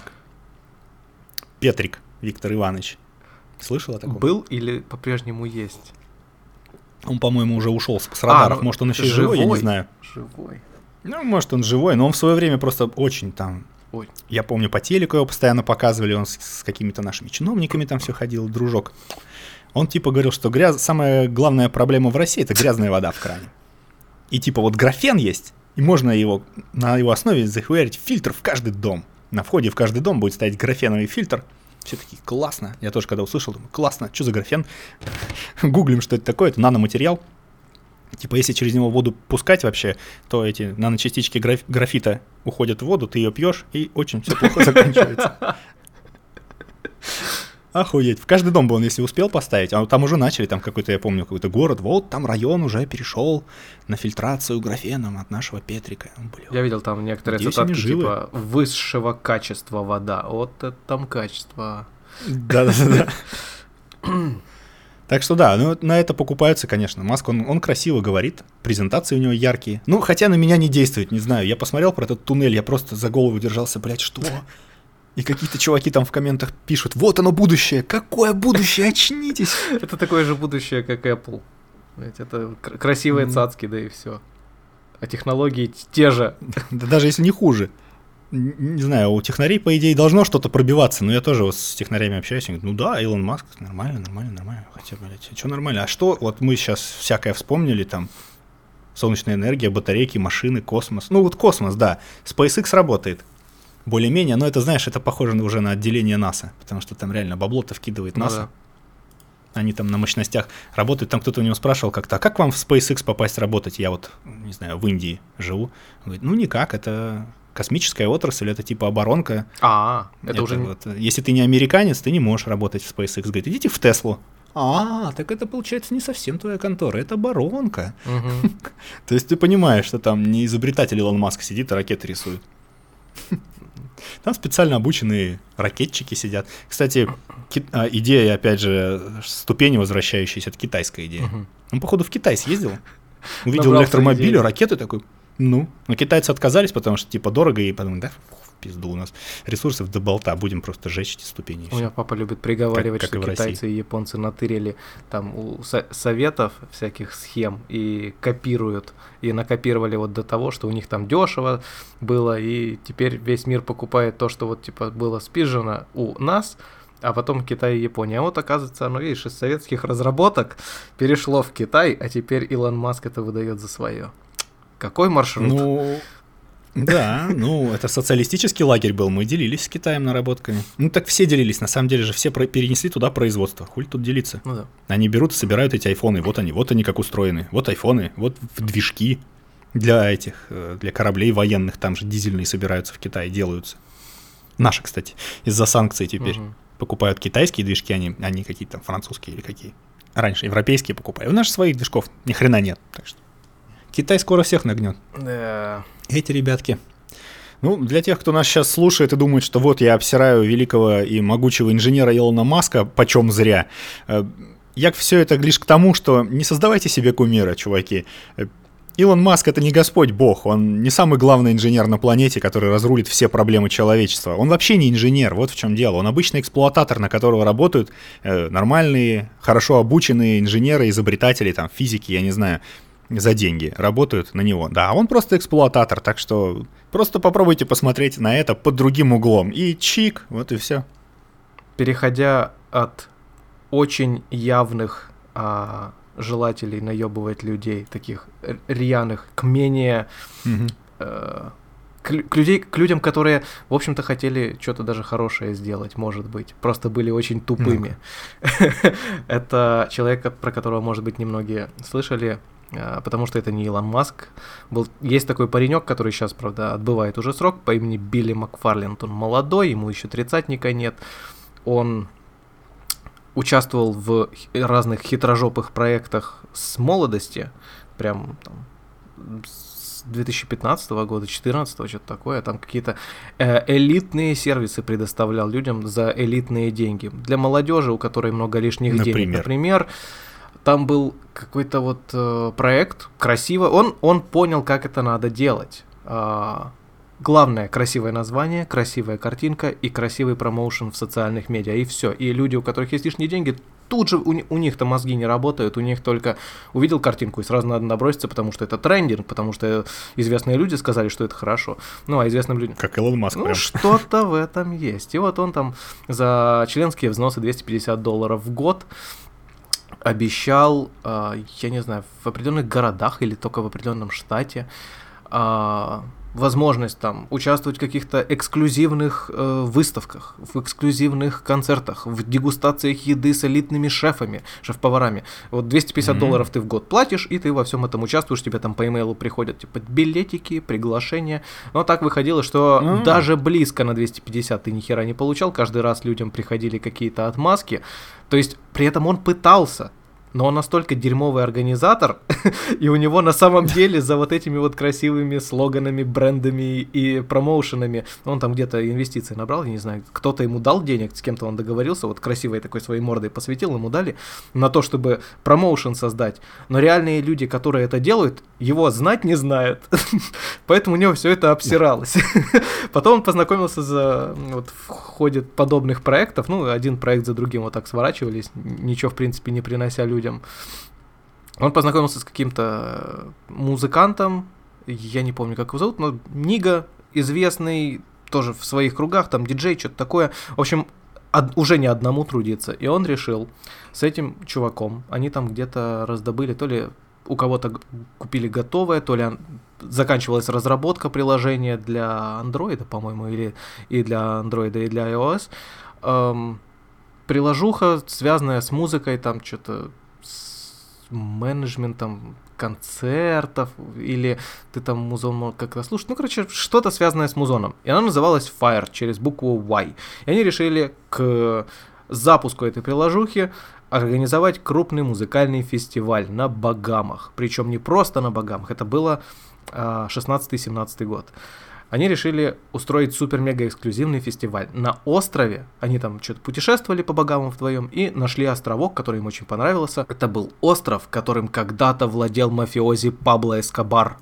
Speaker 1: Петрик Виктор Иванович. Слышал о таком?
Speaker 2: Был или по-прежнему есть?
Speaker 1: Он, по-моему, уже ушел с, с радаров. А, ну, может, он еще живой, живой, я не знаю.
Speaker 2: Живой.
Speaker 1: Ну, может, он живой, но он в свое время просто очень там...
Speaker 2: Ой.
Speaker 1: Я помню, по телеку его постоянно показывали, он с, с какими-то нашими чиновниками там все ходил, дружок. Он типа говорил, что гряз... самая главная проблема в России — это грязная вода в кране. И типа вот графен есть, и можно его на его основе захуярить фильтр в каждый дом. На входе в каждый дом будет стоять графеновый фильтр. Все такие, классно. Я тоже когда услышал, думаю, классно, что за графен? Гуглим, что это такое, это наноматериал. Типа, если через него воду пускать вообще, то эти наночастички граф- графита уходят в воду, ты ее пьешь, и очень все плохо заканчивается. Охуеть. В каждый дом бы он, если успел поставить, а там уже начали, там какой-то, я помню, какой-то город, вот там район уже перешел на фильтрацию графеном от нашего Петрика. Блин.
Speaker 2: Я видел там некоторые цитатки, типа, высшего качества вода. Вот это там качество.
Speaker 1: Да-да-да. Так что да, ну на это покупаются, конечно. Маск, он, он красиво говорит, презентации у него яркие. Ну, хотя на меня не действует, не знаю. Я посмотрел про этот туннель, я просто за голову держался, блядь, что? И какие-то чуваки там в комментах пишут, вот оно будущее, какое будущее, очнитесь.
Speaker 2: Это такое же будущее, как Apple. Это красивые цацки, да и все. А технологии те же.
Speaker 1: Да даже если не хуже. Не знаю, у технарей, по идее, должно что-то пробиваться, но я тоже вот с технарями общаюсь, и говорю, ну да, Илон Маск, нормально, нормально, нормально, хотя, блядь, что нормально, а что, вот мы сейчас всякое вспомнили, там, солнечная энергия, батарейки, машины, космос, ну вот космос, да, SpaceX работает, более-менее, но это, знаешь, это похоже уже на отделение НАСА, потому что там реально бабло-то вкидывает НАСА, ну, да. Они там на мощностях работают, там кто-то у него спрашивал как-то, а как вам в SpaceX попасть работать, я вот, не знаю, в Индии живу, он говорит, ну никак, это... Космическая отрасль, это типа оборонка.
Speaker 2: А, это, это уже...
Speaker 1: Вот, если ты не американец, ты не можешь работать в SpaceX. Говорит, идите в Теслу. А, так это получается не совсем твоя контора, это оборонка.
Speaker 2: Угу.
Speaker 1: То есть ты понимаешь, что там не изобретатель Илон Маск сидит и ракеты рисует. Там специально обученные ракетчики сидят. Кстати, идея, опять же, ступени возвращающиеся, это китайская идея. Он, походу, в Китай съездил, увидел электромобиль, ракеты такой... Ну, но китайцы отказались, потому что, типа, дорого, и подумали, да, в пизду у нас ресурсов до болта, будем просто жечь эти ступени.
Speaker 2: У меня папа любит приговаривать, как, как что китайцы России. И японцы натырили там у со- советов всяких схем и копируют, и накопировали вот до того, что у них там дешево было, и теперь весь мир покупает то, что вот, типа, было спижено у нас, а потом Китай и Япония. А вот, оказывается, оно, видишь, из советских разработок перешло в Китай, а теперь Илон Маск это выдает за свое. Какой маршрут?
Speaker 1: Ну, да, ну, это социалистический лагерь был, мы делились с Китаем наработками. Ну, так все делились, на самом деле же все про- перенесли туда производство, хуй тут делиться.
Speaker 2: Ну, да.
Speaker 1: Они берут и собирают эти айфоны, вот они, вот они как устроены, вот айфоны, вот движки для этих, для кораблей военных, там же дизельные собираются в Китае, делаются. Наши, кстати, из-за санкций теперь угу. покупают китайские движки, они, они какие-то там французские или какие. Раньше европейские покупали, у нас же своих движков ни хрена нет, так что. Китай скоро всех нагнет.
Speaker 2: Да.
Speaker 1: Эти ребятки. Ну, для тех, кто нас сейчас слушает и думает, что вот я обсираю великого и могучего инженера Илона Маска, почем зря. Я все это лишь к тому, что не создавайте себе кумира, чуваки. Илон Маск — это не Господь Бог, он не самый главный инженер на планете, который разрулит все проблемы человечества. Он вообще не инженер, вот в чем дело. Он обычный эксплуататор, на которого работают э, нормальные, хорошо обученные инженеры, изобретатели, там, физики, я не знаю, за деньги работают на него. Да, он просто эксплуататор, так что просто попробуйте посмотреть на это под другим углом. И чик, вот и все.
Speaker 2: Переходя от очень явных а, желателей наебывать людей, таких рьяных, к менее...
Speaker 1: Угу.
Speaker 2: А, к, к, людей, к людям, которые, в общем-то, хотели что-то даже хорошее сделать, может быть. Просто были очень тупыми. Mm. Это человек, про которого, может быть, немногие слышали, потому что это не Илон Маск. Был, есть такой паренек, который сейчас, правда, отбывает уже срок, по имени Билли Макфарленд. Он молодой, ему еще тридцатника нет. Он участвовал в разных хитрожопых проектах с молодости, прям там, с две тысячи пятнадцатого года, две тысячи четырнадцатого, что-то такое. Там какие-то э, элитные сервисы предоставлял людям за элитные деньги. Для молодежи, у которой много лишних
Speaker 1: например.
Speaker 2: денег, например. Там был какой-то вот э, проект, красиво, он, он понял, как это надо делать. А, главное, красивое название, красивая картинка и красивый промоушен в социальных медиа, и все. И люди, у которых есть лишние деньги, тут же у, у них-то мозги не работают, у них только увидел картинку и сразу надо наброситься, потому что это трендинг, потому что известные люди сказали, что это хорошо. Ну, а известным людям...
Speaker 1: Как Илон Маск.
Speaker 2: Ну,
Speaker 1: прям.
Speaker 2: что-то в этом есть. И вот он там за членские взносы двести пятьдесят долларов в год обещал, э, я не знаю, в определенных городах или только в определенном штате э, возможность там участвовать в каких-то эксклюзивных э, выставках, в эксклюзивных концертах, в дегустациях еды с элитными шефами, шеф-поварами. Вот двести пятьдесят mm-hmm. долларов ты в год платишь, и ты во всем этом участвуешь, тебе там по имейлу приходят типа билетики, приглашения. Но так выходило, что mm-hmm. даже близко на двести пятьдесят ты ни хера не получал, каждый раз людям приходили какие-то отмазки. То есть при этом он пытался но он настолько дерьмовый организатор, и у него на самом деле за вот этими вот красивыми слоганами, брендами и промоушенами, он там где-то инвестиции набрал, я не знаю, кто-то ему дал денег, с кем-то он договорился, вот красивой такой своей мордой посветил, ему дали на то, чтобы промоушен создать, но реальные люди, которые это делают, его знать не знают, поэтому у него все это обсиралось. Потом он познакомился за, вот, в ходе подобных проектов, ну, один проект за другим вот так сворачивались, ничего, в принципе, не принося людям. Он познакомился с каким-то музыкантом, я не помню, как его зовут, но Нига, известный тоже в своих кругах, там диджей, что-то такое. В общем, од- уже не одному трудиться. И он решил с этим чуваком, они там где-то раздобыли, то ли у кого-то купили готовое, то ли заканчивалась разработка приложения для Android, по-моему, или и для Android, и для iOS. Эм, приложуха, связанная с музыкой, там что-то менеджментом концертов, или ты там музон мог как-то слушать, ну, короче, что-то связанное с музоном. И она называлась Fire, через букву Y. И они решили к запуску этой приложухи организовать крупный музыкальный фестиваль на Багамах. Причем не просто на Багамах, это было шестнадцатый-семнадцатый год. Они решили устроить супер-мега-эксклюзивный фестиваль на острове. Они там что-то путешествовали по Багамам вдвоем и нашли островок, который им очень понравился. Это был остров, которым когда-то владел мафиози Пабло Эскобар.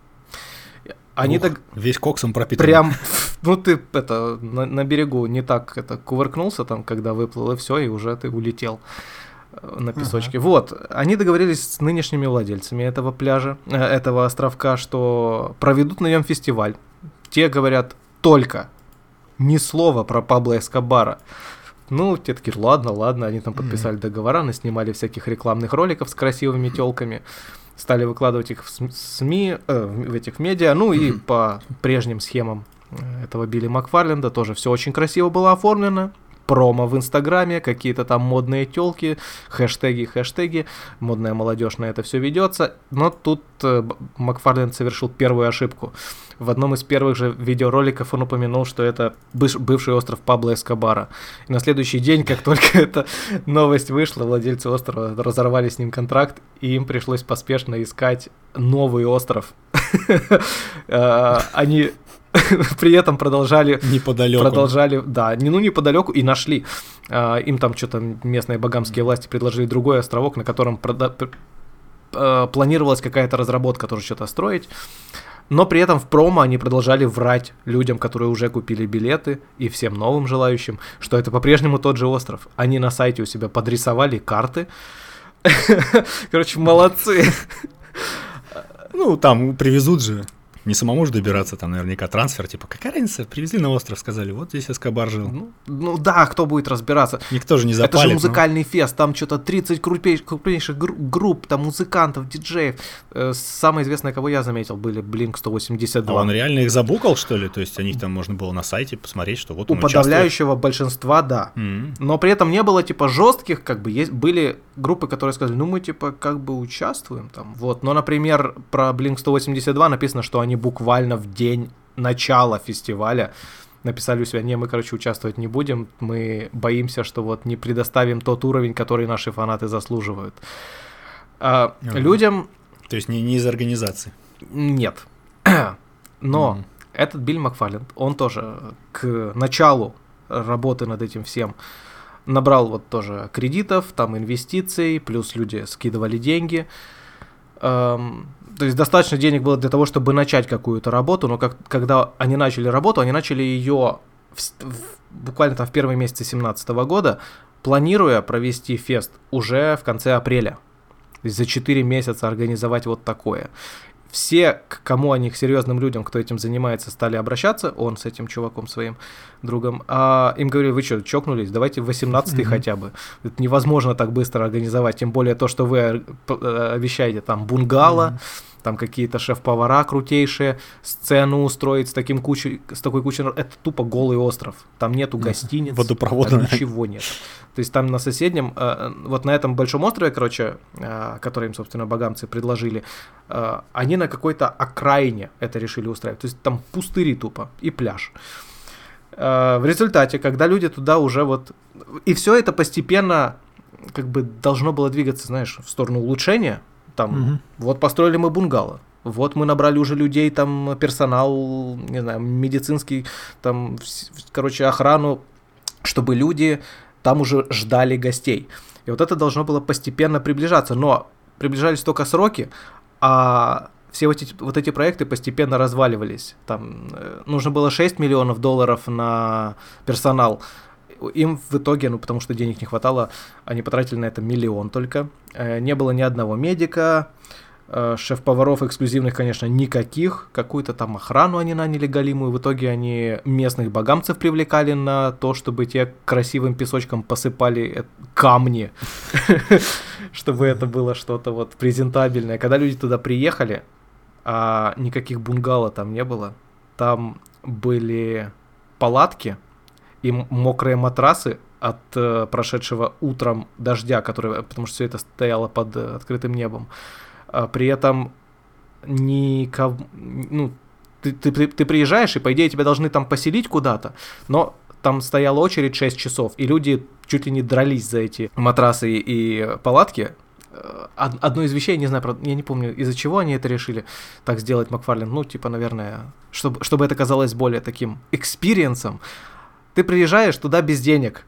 Speaker 2: Они
Speaker 1: Ух,
Speaker 2: так...
Speaker 1: Весь коксом пропитан.
Speaker 2: Прям, ну ты это на, на берегу не так это кувыркнулся там, когда выплыл, и все, и уже ты улетел на песочке. Ага. Вот, они договорились с нынешними владельцами этого пляжа, этого островка, что проведут на нем фестиваль. Те говорят только ни слова про Пабло Эскобара. Ну, те такие, ладно, ладно, они там подписали договора, наснимали всяких рекламных роликов с красивыми тёлками, стали выкладывать их в СМИ, э, в этих в медиа, ну и по прежним схемам этого Билли Макфарленда тоже все очень красиво было оформлено. Промо в Инстаграме, какие-то там модные тёлки, хэштеги, хэштеги, модная молодежь на это все ведется. Но тут э, Макфарленд совершил первую ошибку. В одном из первых же видеороликов он упомянул, что это быв- бывший остров Пабло Эскобара. И на следующий день, как только эта новость вышла, владельцы острова разорвали с ним контракт, и им пришлось поспешно искать новый остров. Они... При этом продолжали...
Speaker 1: Неподалеку.
Speaker 2: Продолжали, да, не, ну неподалеку, и нашли. А, им там что-то местные багамские власти предложили другой островок, на котором прода- а, планировалась какая-то разработка, тоже что-то строить. Но при этом в промо они продолжали врать людям, которые уже купили билеты, и всем новым желающим, что это по-прежнему тот же остров. Они на сайте у себя подрисовали карты. Короче, молодцы.
Speaker 1: Ну, там привезут же. Не самому же добираться, там наверняка трансфер, типа, какая разница, привезли на остров, сказали, вот здесь Эскобар жил.
Speaker 2: Ну, ну да, кто будет разбираться?
Speaker 1: Никто же не запалит.
Speaker 2: Это же музыкальный но... фест, там что-то тридцать крупнейших, крупнейших групп, там музыкантов, диджеев. Э, самые известные, кого я заметил, были Блинк сто восемьдесят два.
Speaker 1: А он реально их забукал, что ли? То есть о них там можно было на сайте посмотреть, что вот
Speaker 2: он
Speaker 1: он
Speaker 2: У подавляющего участвует. Большинства, да.
Speaker 1: Mm-hmm.
Speaker 2: Но при этом не было, типа, жестких, как бы, есть, были группы, которые сказали, ну мы, типа, как бы участвуем там. Вот, но, например, про Блинк сто восемьдесят два написано, что они буквально в день начала фестиваля написали у себя, не, мы, короче, участвовать не будем, мы боимся, что вот не предоставим тот уровень, который наши фанаты заслуживают. А, ага. Людям...
Speaker 1: То есть не, не из организации?
Speaker 2: Нет. Но mm. этот Билл Макфарленд, он тоже к началу работы над этим всем набрал вот тоже кредитов, там инвестиций, плюс люди скидывали деньги. Эм, то есть достаточно денег было для того, чтобы начать какую-то работу, но как, когда они начали работу, они начали ее в, в, буквально там в первые месяцы две тысячи семнадцатого года, планируя провести фест уже в конце апреля. То есть за четыре месяца организовать вот такое. Все, к кому они, к серьезным людям, кто этим занимается, стали обращаться, он с этим чуваком своим другом, а им говорили, вы что, чокнулись, давайте в восемнадцатый mm-hmm. хотя бы. Это невозможно так быстро организовать, тем более то, что вы обещаете, там, бунгало, mm-hmm. там какие-то шеф-повара крутейшие, сцену устроить с, таким кучей, с такой кучей, это тупо голый остров, там нету гостиниц,
Speaker 1: водопровода,
Speaker 2: ничего нет. То есть там на соседнем, э, вот на этом большом острове, короче, э, который им, собственно, багамцы предложили, э, они на какой-то окраине это решили устраивать. То есть там пустыри тупо и пляж. Э, в результате, когда люди туда уже вот... И все это постепенно как бы должно было двигаться, знаешь, в сторону улучшения. Там, угу. вот построили мы бунгало, вот мы набрали уже людей, там, персонал, не знаю, медицинский, там, короче, охрану, чтобы люди там уже ждали гостей. И вот это должно было постепенно приближаться, но приближались только сроки, а все вот эти, вот эти проекты постепенно разваливались. Там э, нужно было шесть миллионов долларов на персонал. Им в итоге, ну потому что денег не хватало, они потратили на это миллион только. Э, не было ни одного медика, э, шеф-поваров эксклюзивных, конечно, никаких. Какую-то там охрану они наняли галимую. В итоге они местных богамцев привлекали на то, чтобы те красивым песочком посыпали камни, чтобы это было что-то вот презентабельное. Когда люди туда приехали, а никаких бунгало там не было. Там были палатки и мокрые матрасы от э, прошедшего утром дождя, который, потому что все это стояло под э, открытым небом. А при этом никого, ну, ты, ты, ты приезжаешь, и по идее тебя должны там поселить куда-то, но там стояла очередь шесть часов, и люди чуть ли не дрались за эти матрасы и, и палатки. Одно из вещей, не знаю, я не помню, из-за чего они это решили так сделать, Макфарлин, ну, типа, наверное, чтобы, чтобы это казалось более таким экспириенсом. Ты приезжаешь туда без денег.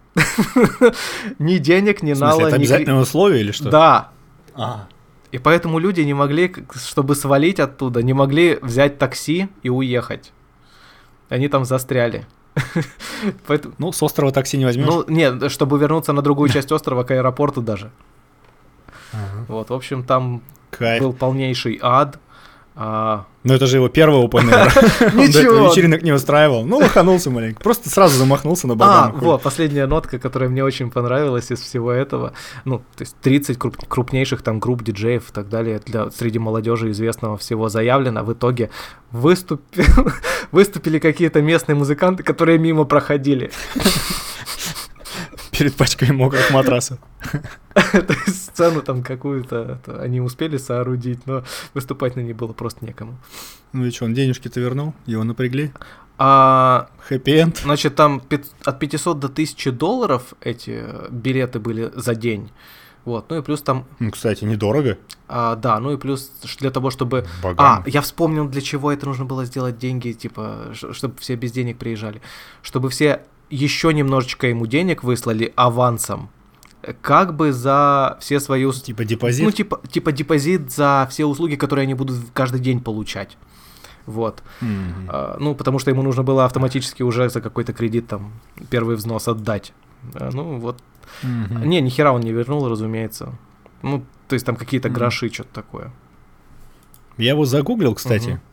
Speaker 2: Ни денег, ни нала.
Speaker 1: В смысле, это обязательное условие или что?
Speaker 2: Да. И поэтому люди не могли, чтобы свалить оттуда, не могли взять такси и уехать. Они там застряли.
Speaker 1: Поэтому... Ну, с острова такси не возьмешь?
Speaker 2: Ну, нет, чтобы вернуться на другую часть острова, к аэропорту даже. Ага. Вот, в общем, там Кайф. Был полнейший ад. А...
Speaker 1: Ну, это же его первый опен эйр. Ничего. Вечеринок не устраивал. Ну, лоханулся маленько. Просто сразу замахнулся на
Speaker 2: барабан. А, вот, последняя нотка, которая мне очень понравилась из всего этого. Ну, то есть тридцать крупнейших там групп диджеев и так далее для, среди молодежи известного всего заявлено. В итоге выступил, выступили какие-то местные музыканты, которые мимо проходили.
Speaker 1: Перед пачкой мокрых матрасов.
Speaker 2: То есть сцену там какую-то они успели соорудить, но выступать на ней было просто некому.
Speaker 1: Ну и что, он денежки-то вернул? Его напрягли?
Speaker 2: А,
Speaker 1: хэппи-энд?
Speaker 2: Значит, там от пятисот до тысячи долларов эти билеты были за день. Вот, ну и плюс там...
Speaker 1: Ну, кстати, недорого.
Speaker 2: А, да, ну и плюс для того, чтобы... Богам. А, я вспомнил, для чего это нужно было сделать деньги, типа, чтобы все без денег приезжали. Чтобы все... еще немножечко ему денег выслали авансом, как бы за все свои услуги.
Speaker 1: Типа депозит?
Speaker 2: Ну, типа, типа депозит за все услуги, которые они будут каждый день получать. Вот. Mm-hmm. А, ну, потому что ему нужно было автоматически уже за какой-то кредит там первый взнос отдать. А, ну, вот. Mm-hmm. Не, ни хера он не вернул, разумеется. Ну, то есть там какие-то mm-hmm. гроши, что-то такое.
Speaker 1: Я его загуглил, кстати. Uh-huh.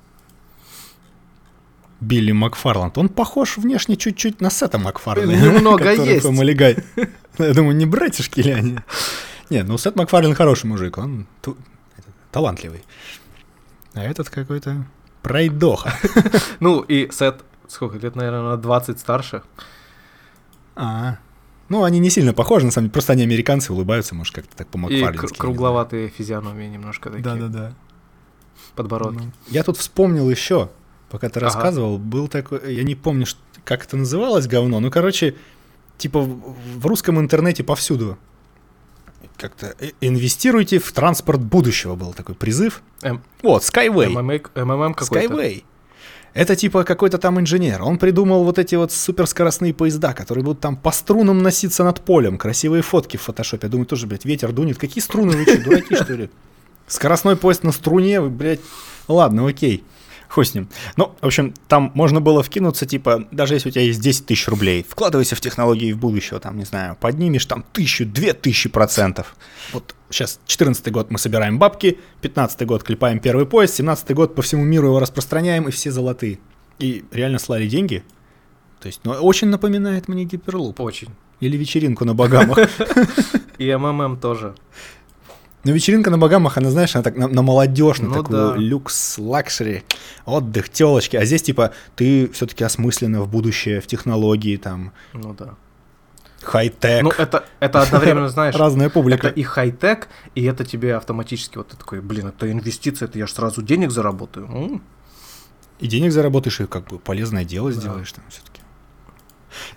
Speaker 1: Билли Макфарланд. Он похож внешне чуть-чуть на Сета Макфарланда.
Speaker 2: Немного есть.
Speaker 1: Я думаю, не братишки ли они? Нет, ну Сет Макфарланд хороший мужик, он ту- талантливый. А этот какой-то пройдоха.
Speaker 2: Ну и Сет, сколько лет, наверное, на двадцать старше.
Speaker 1: А, ну они не сильно похожи, на самом деле, просто они американцы, улыбаются, может, как-то так по-макфарлински.
Speaker 2: И кругловатые физиономии немножко такие.
Speaker 1: Да-да-да.
Speaker 2: Подбородки.
Speaker 1: Я тут вспомнил еще... Пока ты ага. рассказывал, был такой, я не помню, как это называлось говно, ну, короче, типа в русском интернете повсюду как-то инвестируйте в транспорт будущего, был такой призыв.
Speaker 2: М-
Speaker 1: вот, Skyway.
Speaker 2: эм эм эм какой-то.
Speaker 1: Skyway. Это типа какой-то там инженер, он придумал вот эти вот суперскоростные поезда, которые будут там по струнам носиться над полем, красивые фотки в фотошопе. Я думаю, тоже, блядь, ветер дунет. Какие струны вы что, дураки, что ли? Скоростной поезд на струне, блядь, ладно, окей. Хуй с ним. Ну, в общем, там можно было вкинуться, типа, даже если у тебя есть десять тысяч рублей, вкладывайся в технологии в будущее, там, не знаю, поднимешь там тысячу, две тысячи процентов. Вот сейчас четырнадцатый год мы собираем бабки, пятнадцатый год клепаем первый поезд, семнадцатый год по всему миру его распространяем, и все золотые. И реально слали деньги. То есть, ну, очень напоминает мне Гиперлуп.
Speaker 2: Очень.
Speaker 1: Или вечеринку на Багамах.
Speaker 2: И эм эм эм тоже.
Speaker 1: Но вечеринка на Багамах, она, знаешь, она так на, на молодежь, на ну, такую да. люкс, лакшери, отдых, тёлочки. А здесь, типа, ты все-таки осмысленно в будущее, в технологии, там.
Speaker 2: Ну да.
Speaker 1: Хай-тек.
Speaker 2: Ну, это, это одновременно, знаешь,
Speaker 1: разная публика.
Speaker 2: Это и хай-тек, и это тебе автоматически вот ты такой, блин, это инвестиция, это я же сразу денег заработаю. М-м.
Speaker 1: И денег заработаешь, и как бы полезное дело да. сделаешь там все-таки.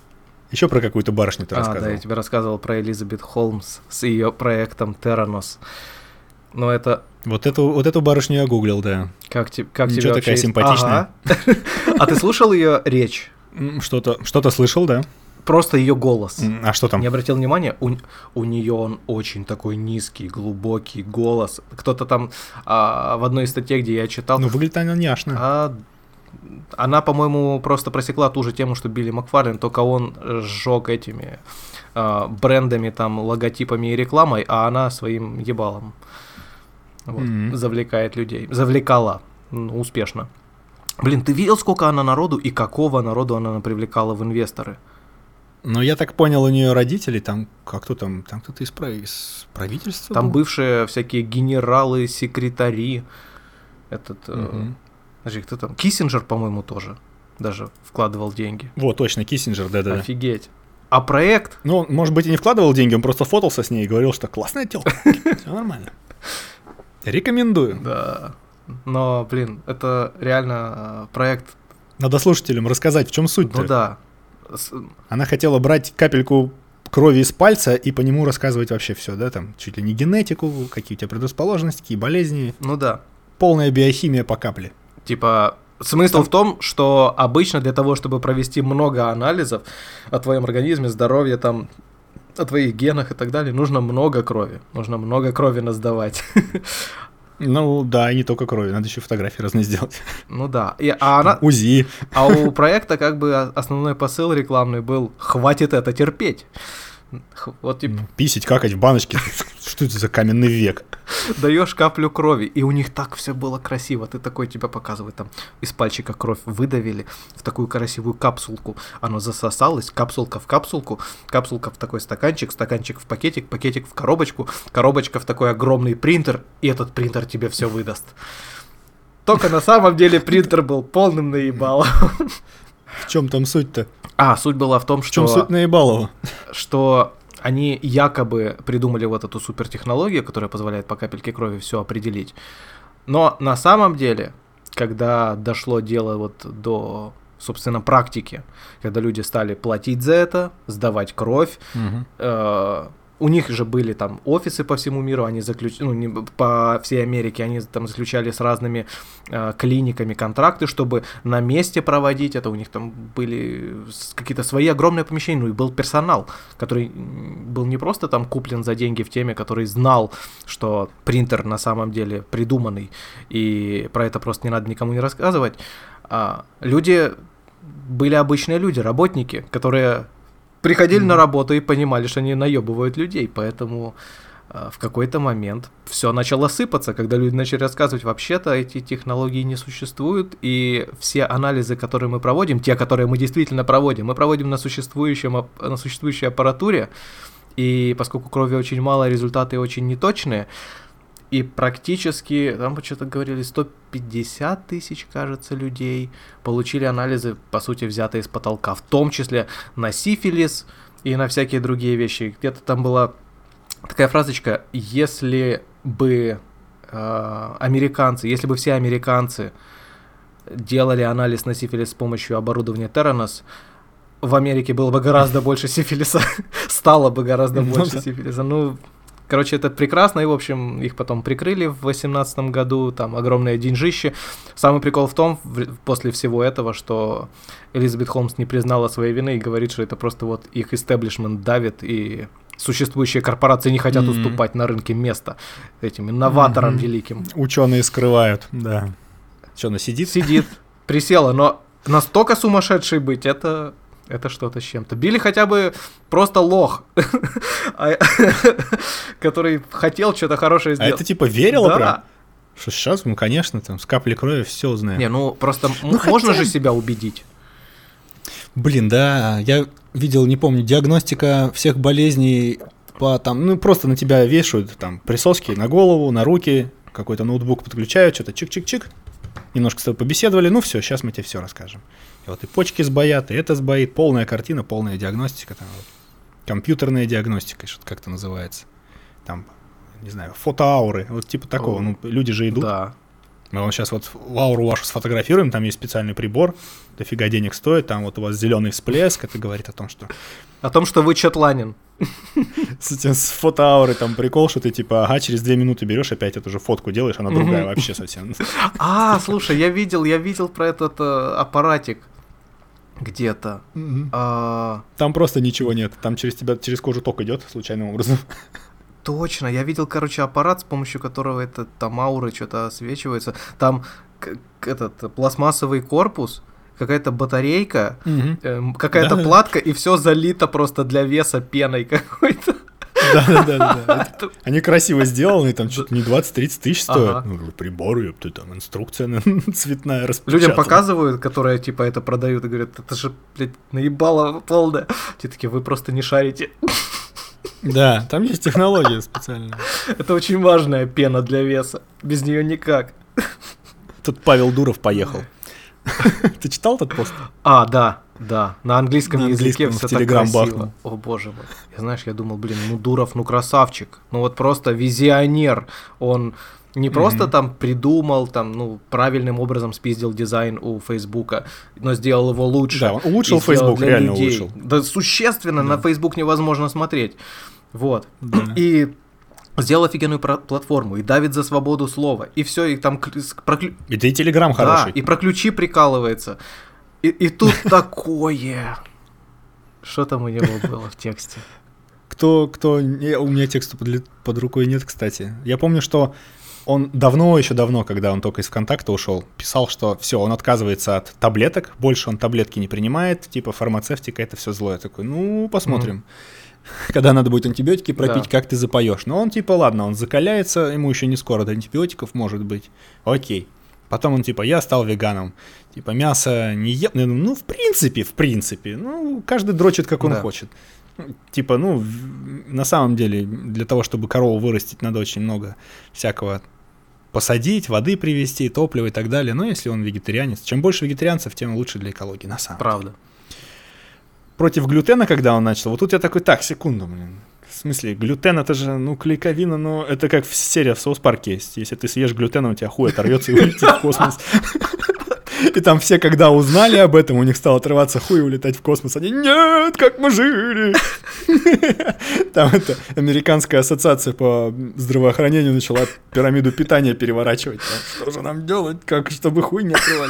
Speaker 1: Еще про какую-то барышню ты
Speaker 2: а,
Speaker 1: рассказывал.
Speaker 2: Да, я тебе рассказывал про Элизабет Холмс с ее проектом Теранос. Но это...
Speaker 1: Вот эту, вот эту барышню я гуглил, да.
Speaker 2: Как, te, как
Speaker 1: Ничего
Speaker 2: тебе
Speaker 1: такая
Speaker 2: вообще...
Speaker 1: симпатичная.
Speaker 2: Ага. А ты слушал ее речь?
Speaker 1: Что-то, что-то слышал, да.
Speaker 2: Просто ее голос.
Speaker 1: А что там?
Speaker 2: Не обратил внимания, у, у нее он очень такой низкий, глубокий голос. Кто-то там а, в одной из статей, где я читал...
Speaker 1: Ну, выглядит она няшно.
Speaker 2: А, она, по-моему, просто просекла ту же тему, что Билли Макфарлин, только он сжег этими а, брендами, там, логотипами и рекламой, а она своим ебалом вот, mm-hmm. завлекает людей. Завлекала ну, успешно. Блин, ты видел, сколько она народу и какого народу она привлекала в инвесторы?
Speaker 1: Ну, я так понял, у нее родители, там, как кто там, там кто-то из, прав... из правительства
Speaker 2: Там
Speaker 1: был?
Speaker 2: бывшие всякие генералы, секретари, этот, mm-hmm. э, подожди, кто там, Киссинджер, по-моему, тоже даже вкладывал деньги.
Speaker 1: Вот, точно, Киссинджер, да-да-да.
Speaker 2: Офигеть. А проект?
Speaker 1: Ну, может быть, и не вкладывал деньги, он просто фотался с ней и говорил, что классная тёлка, все нормально. Рекомендую.
Speaker 2: Да, но, блин, это реально проект...
Speaker 1: Надо слушателям рассказать, в чем суть-то.
Speaker 2: Ну да.
Speaker 1: Она хотела брать капельку крови из пальца и по нему рассказывать вообще все, да, там, чуть ли не генетику, какие у тебя предрасположенности, какие болезни.
Speaker 2: Ну да.
Speaker 1: Полная биохимия по капле.
Speaker 2: Типа, смысл там... в том, что обычно для того, чтобы провести много анализов о твоем организме, здоровье, там, о твоих генах и так далее, нужно много крови. Нужно много крови насдавать.
Speaker 1: Ну да, и не только крови, надо еще фотографии разные сделать.
Speaker 2: Ну да. И, а она...
Speaker 1: УЗИ.
Speaker 2: А у проекта как бы основной посыл рекламный был «хватит это терпеть». Вот типа...
Speaker 1: Писить, какать в баночке, что это за каменный век?
Speaker 2: Даешь каплю крови, и у них так все было красиво. Ты такой, тебя показывает, там из пальчика кровь выдавили в такую красивую капсулку. Оно засосалось, капсулка в капсулку, капсулка в такой стаканчик, стаканчик в пакетик, пакетик в коробочку, коробочка в такой огромный принтер, и этот принтер тебе все выдаст. Только на самом деле принтер был полным наебалом.
Speaker 1: В чем там суть-то?
Speaker 2: А, суть была в том, что...
Speaker 1: В чем суть наебалова?
Speaker 2: Что они якобы придумали вот эту супертехнологию, которая позволяет по капельке крови все определить. Но на самом деле, когда дошло дело вот до, собственно, практики, когда люди стали платить за это, сдавать кровь, угу. э- у них же были там офисы по всему миру, они заключ... ну, не... по всей Америке, они там заключали с разными э, клиниками контракты, чтобы на месте проводить это, у них там были какие-то свои огромные помещения, ну и был персонал, который был не просто там куплен за деньги в теме, который знал, что принтер на самом деле придуманный, и про это просто не надо никому не рассказывать, а люди были обычные люди, работники, которые... приходили mm-hmm. на работу и понимали, что они наебывают людей, поэтому э, в какой-то момент все начало сыпаться, когда люди начали рассказывать, вообще-то эти технологии не существуют, и все анализы, которые мы проводим, те, которые мы действительно проводим, мы проводим на, существующем, на существующей аппаратуре, и поскольку крови очень мало, результаты очень неточные, и практически, там что-то говорили, сто пятьдесят тысяч, кажется, людей получили анализы, по сути, взятые с потолка, в том числе на сифилис и на всякие другие вещи. Где-то там была такая фразочка, если бы э, американцы, если бы все американцы делали анализ на сифилис с помощью оборудования Теранос, в Америке было бы гораздо больше сифилиса, стало бы гораздо больше сифилиса. Ну... Короче, это прекрасно, и, в общем, их потом прикрыли в восемнадцатом году, там огромное деньжище. Самый прикол в том, в, после всего этого, что Элизабет Холмс не признала своей вины и говорит, что это просто вот их истеблишмент давит, и существующие корпорации не хотят mm-hmm. уступать на рынке место этим инноваторам mm-hmm. великим.
Speaker 1: Ученые скрывают, да. Что, она сидит?
Speaker 2: Сидит, присела, но настолько сумасшедшей быть, это... Это что-то с чем-то. Билли хотя бы просто лох, который хотел что-то хорошее сделать.
Speaker 1: А это типа верила
Speaker 2: да.
Speaker 1: прям? Что сейчас, ну конечно, там с каплей крови все узнаем.
Speaker 2: Не, ну просто ну, можно хотя... же себя убедить.
Speaker 1: Блин, да, я видел, не помню, диагностика всех болезней по там, ну просто на тебя вешают там присоски на голову, на руки, какой-то ноутбук подключают, что-то чик-чик-чик. Немножко с тобой побеседовали, ну все, сейчас мы тебе все расскажем. И вот и почки сбоят, и это сбоит, полная картина, полная диагностика, там, вот, компьютерная диагностика, что-то как-то называется. Там, не знаю, фотоауры, вот типа такого. О, ну, люди же идут.
Speaker 2: Да.
Speaker 1: Мы вам сейчас вот ауру вашу сфотографируем, там есть специальный прибор, дофига денег стоит, там вот у вас зеленый всплеск, это говорит о том, что...
Speaker 2: О том, что вы чатланин.
Speaker 1: С этим с фотоаурой там прикол, что ты типа, ага, через две минуты берешь, опять эту же фотку делаешь, она другая вообще совсем.
Speaker 2: А, слушай, я видел, я видел про этот аппаратик где-то.
Speaker 1: Там просто ничего нет, там через тебя, через кожу ток идет случайным образом.
Speaker 2: Точно, я видел, короче, аппарат, с помощью которого это там ауры что-то освечивается. Там к- этот пластмассовый корпус, какая-то батарейка, угу. э, какая-то да, платка, да. И все залито просто для веса пеной какой-то.
Speaker 1: Да-да-да. Они красиво сделаны, там что-то не двадцать-тридцать тысяч стоят. Ну, приборы, там инструкция цветная распечатана.
Speaker 2: Людям показывают, которые типа это продают, и говорят, это же, блядь, наебало полное. Те такие, вы просто не шарите.
Speaker 1: Да, там есть технология специальная.
Speaker 2: Это очень важная пена для веса. Без нее никак.
Speaker 1: Тут Павел Дуров поехал. Ты читал этот пост?
Speaker 2: А, да, да. На английском
Speaker 1: на
Speaker 2: языке
Speaker 1: английском
Speaker 2: все так красиво. Бахнул. О, боже мой. Я, знаешь, я думал, блин, ну Дуров, ну красавчик. Ну вот просто визионер. Он не просто mm-hmm. там придумал, там, ну, правильным образом спиздил дизайн у Фейсбука, но сделал его лучше.
Speaker 1: Да, он улучшил Фейсбук, реально людей. улучшил.
Speaker 2: Да, существенно, да. На Фейсбук невозможно смотреть. Вот.
Speaker 1: Да.
Speaker 2: И сделал офигенную про- платформу, и давит за свободу слова, и все, и там... Про...
Speaker 1: И да и Телеграм хороший.
Speaker 2: Да, и про ключи прикалывается. И, и тут такое... Что там у него было в тексте?
Speaker 1: Кто, кто... У меня текста под, под рукой нет, кстати. Я помню, что он давно, еще давно, когда он только из ВКонтакта ушел, писал, что все, он отказывается от таблеток, больше он таблетки не принимает, типа фармацевтика, это все зло. Я такой, ну, посмотрим. Mm. Когда надо будет антибиотики пропить, да. Как ты запоешь. Но он типа, ладно, он закаляется, ему еще не скоро до антибиотиков может быть. Окей. Потом он типа, я стал веганом. Типа, мясо не ем. Ну, в принципе, в принципе. Ну, каждый дрочит, как он да. хочет. Типа, ну, на самом деле, для того, чтобы корову вырастить, надо очень много всякого посадить, воды привезти, топлива и так далее. Но если он вегетарианец, чем больше вегетарианцев, тем лучше для экологии, на самом
Speaker 2: Правда.
Speaker 1: деле. Против глютена, когда он начал, вот тут я такой, так, секунду, блин. В смысле, глютен это же, ну, клейковина, но это как серия в Соус Парке есть. Если ты съешь глютен, у тебя хуй оторвется и улетит в космос. И там все, когда узнали об этом, у них стал отрываться хуй и улетать в космос. Они, нет, как мы жили. Там это американская ассоциация по здравоохранению начала пирамиду питания переворачивать. Что же нам делать, как, чтобы хуй не отрывали?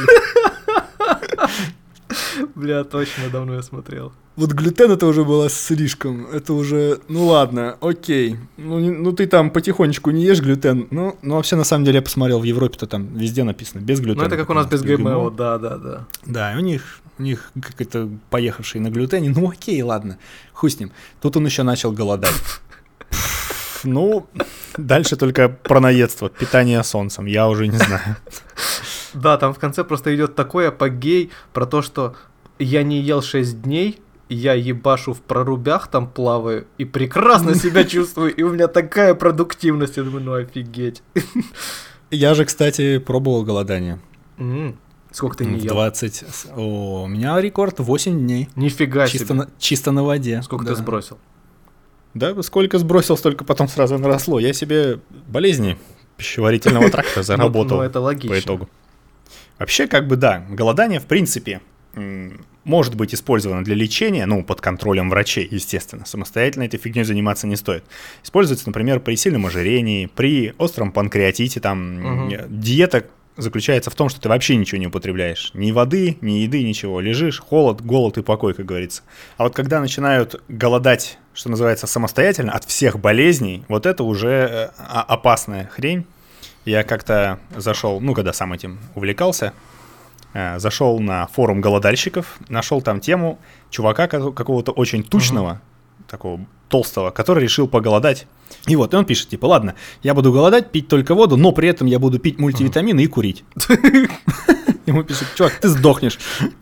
Speaker 2: Бля, точно, давно я смотрел.
Speaker 1: Вот глютен это уже было слишком. Это уже, ну ладно, окей. Ну, не, ну ты там потихонечку не ешь глютен. Ну, ну вообще на самом деле я посмотрел, в Европе-то там везде написано без глютена.
Speaker 2: Ну это как у нас без ГМО, да, да, да.
Speaker 1: Да, и у них, у них как-то поехавшие на глютене. Ну окей, ладно, хуй с ним. Тут он еще начал голодать. Ну, дальше только про наедство, питание солнцем, я уже не знаю.
Speaker 2: Да, там в конце просто идет такой апогей про то, что я не ел шесть дней, я ебашу в прорубях там плаваю и прекрасно себя чувствую, и у меня такая продуктивность, я думаю, ну офигеть.
Speaker 1: Я же, кстати, пробовал голодание.
Speaker 2: Mm. Сколько ты не ел?
Speaker 1: двадцать. О, у меня рекорд восемь дней.
Speaker 2: Нифига
Speaker 1: чисто
Speaker 2: себе.
Speaker 1: На, чисто на воде.
Speaker 2: Сколько
Speaker 1: да.
Speaker 2: ты сбросил?
Speaker 1: Да, сколько сбросил, столько потом сразу наросло. Я себе болезни пищеварительного тракта заработал
Speaker 2: ну, это логично.
Speaker 1: По итогу. Вообще, как бы, да, голодание, в принципе, может быть использовано для лечения, ну, под контролем врачей, естественно. Самостоятельно этой фигней заниматься не стоит. Используется, например, при сильном ожирении, при остром панкреатите, там, угу. Диета заключается в том, что ты вообще ничего не употребляешь. Ни воды, ни еды, ничего. Лежишь, холод, голод и покой, как говорится. А вот когда начинают голодать, что называется, самостоятельно, от всех болезней, вот это уже опасная хрень. Я как-то зашел, ну, когда сам этим увлекался, э, зашел на форум голодальщиков, нашел там тему чувака какого-то очень тучного, uh-huh. такого толстого, который решил поголодать. И вот, и он пишет, типа, ладно, я буду голодать, пить только воду, но при этом я буду пить мультивитамины uh-huh. и курить. Ему пишет, чувак, ты сдохнешь.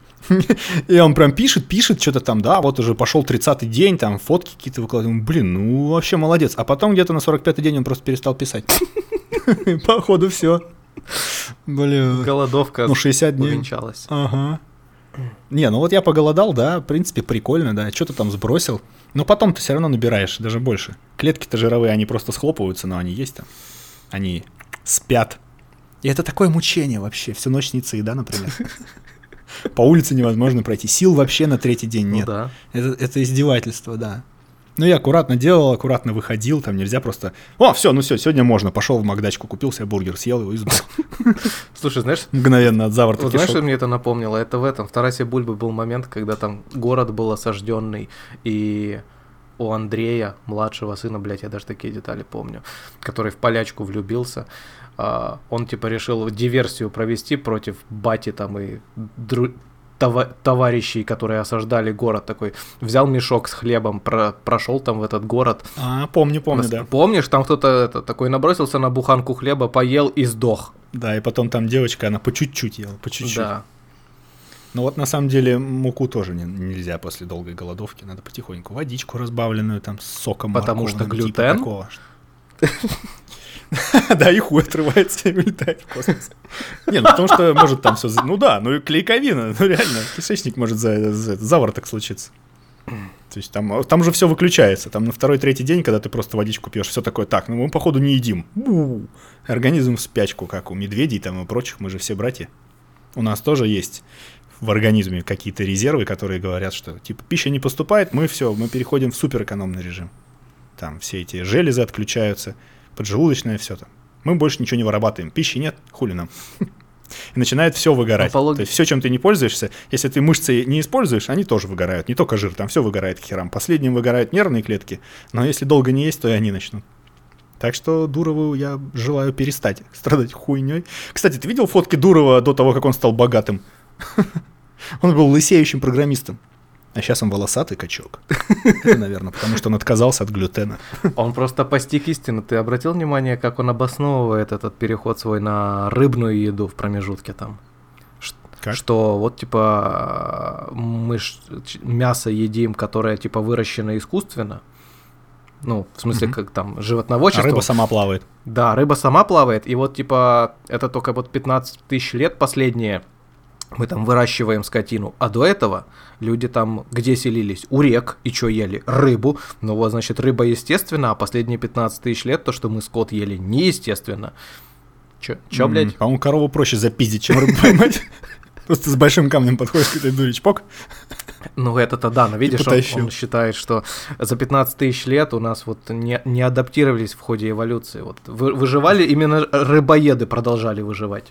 Speaker 1: И он прям пишет, пишет, что-то там, да, вот уже пошел тридцатый день, там фотки какие-то выкладываем. Блин, ну вообще молодец. А потом где-то на сорок пятый день он просто перестал писать. Походу все. Блин.
Speaker 2: Голодовка
Speaker 1: ну, шестьдесят дней.
Speaker 2: Увенчалась.
Speaker 1: Ага. Не, ну вот я поголодал, да, в принципе, прикольно, да, что-то там сбросил. Но потом ты все равно набираешь, даже больше. Клетки-то жировые, они просто схлопываются, но они есть там. Они спят. И это такое мучение вообще. Всю ночь снится еда, например. По улице невозможно пройти. Сил вообще на третий день нет.
Speaker 2: Ну, да.
Speaker 1: это, это издевательство, да. Ну, я аккуратно делал, аккуратно выходил, там нельзя просто... О, все, ну все, сегодня можно. Пошел в Макдачку, купил себе бургер, съел его и сдох.
Speaker 2: Слушай, знаешь...
Speaker 1: Мгновенно от заворота
Speaker 2: вот
Speaker 1: кишок.
Speaker 2: Знаешь, что мне это напомнило? Это в этом, в Тарасе Бульбы был момент, когда там город был осажденный, и у Андрея, младшего сына, блядь, я даже такие детали помню, который в полячку влюбился, Uh, он типа решил диверсию провести против бати там и дру... това... товарищей, которые осаждали город, такой взял мешок с хлебом, про... прошел там в этот город.
Speaker 1: А, помню, помню, Нас... да.
Speaker 2: Помнишь, там кто-то это, такой набросился на буханку хлеба, поел и сдох.
Speaker 1: Да, и потом там девочка, она по чуть-чуть ела, по чуть-чуть.
Speaker 2: Да.
Speaker 1: Ну вот на самом деле муку тоже не, нельзя после долгой голодовки, надо потихоньку водичку разбавленную там с соком
Speaker 2: потому что глютен?
Speaker 1: Типа да, и хуй отрывается и улетает в космос. Не, ну потому что может там все... Ну да, ну и клейковина, ну реально, кишечник может за, за завороток случиться. То есть там, там же все выключается. Там на второй-третий день, когда ты просто водичку пьешь, все такое, так, ну мы походу не едим. Бу-у-у. Организм в спячку, как у медведей там и прочих, мы же все братья. У нас тоже есть в организме какие-то резервы, которые говорят, что типа пища не поступает, мы все, мы переходим в суперэкономный режим. Там все эти железы отключаются, поджелудочное, все там. Мы больше ничего не вырабатываем. Пищи нет, хули нам. И начинает все выгорать. То есть все, чем ты не пользуешься, если ты мышцы не используешь, они тоже выгорают. Не только жир, там все выгорает к херам. Последним выгорают нервные клетки, но если долго не есть, то и они начнут. Так что Дурову я желаю перестать страдать хуйней. Кстати, ты видел фотки Дурова до того, как он стал богатым? Он был лысеющим программистом. А сейчас он волосатый качок. Это, наверное, потому что он отказался от глютена.
Speaker 2: Он просто постиг истину. Ты обратил внимание, как он обосновывает этот переход свой на рыбную еду в промежутке там? Как? Что вот типа мы ж мясо едим, которое типа выращено искусственно. Ну, в смысле, угу. как там животноводчество.
Speaker 1: А рыба сама плавает.
Speaker 2: Да, рыба сама плавает. И вот типа это только вот пятнадцать тысяч лет последние. Мы там выращиваем скотину, а до этого люди там где селились? У рек, и что ели? Рыбу. Ну вот, значит, рыба естественно, а последние пятнадцать тысяч лет то, что мы скот ели, неестественно. Чё, чё, блядь?
Speaker 1: Mm, по-моему, корову проще запиздить, чем рыбу поймать. Просто с большим камнем подходишь к этой дуре, чпок.
Speaker 2: Ну это-то да, но видишь, он, он считает, что за пятнадцать тысяч лет у нас вот не, не адаптировались в ходе эволюции. Вот вы, выживали, именно рыбоеды продолжали выживать.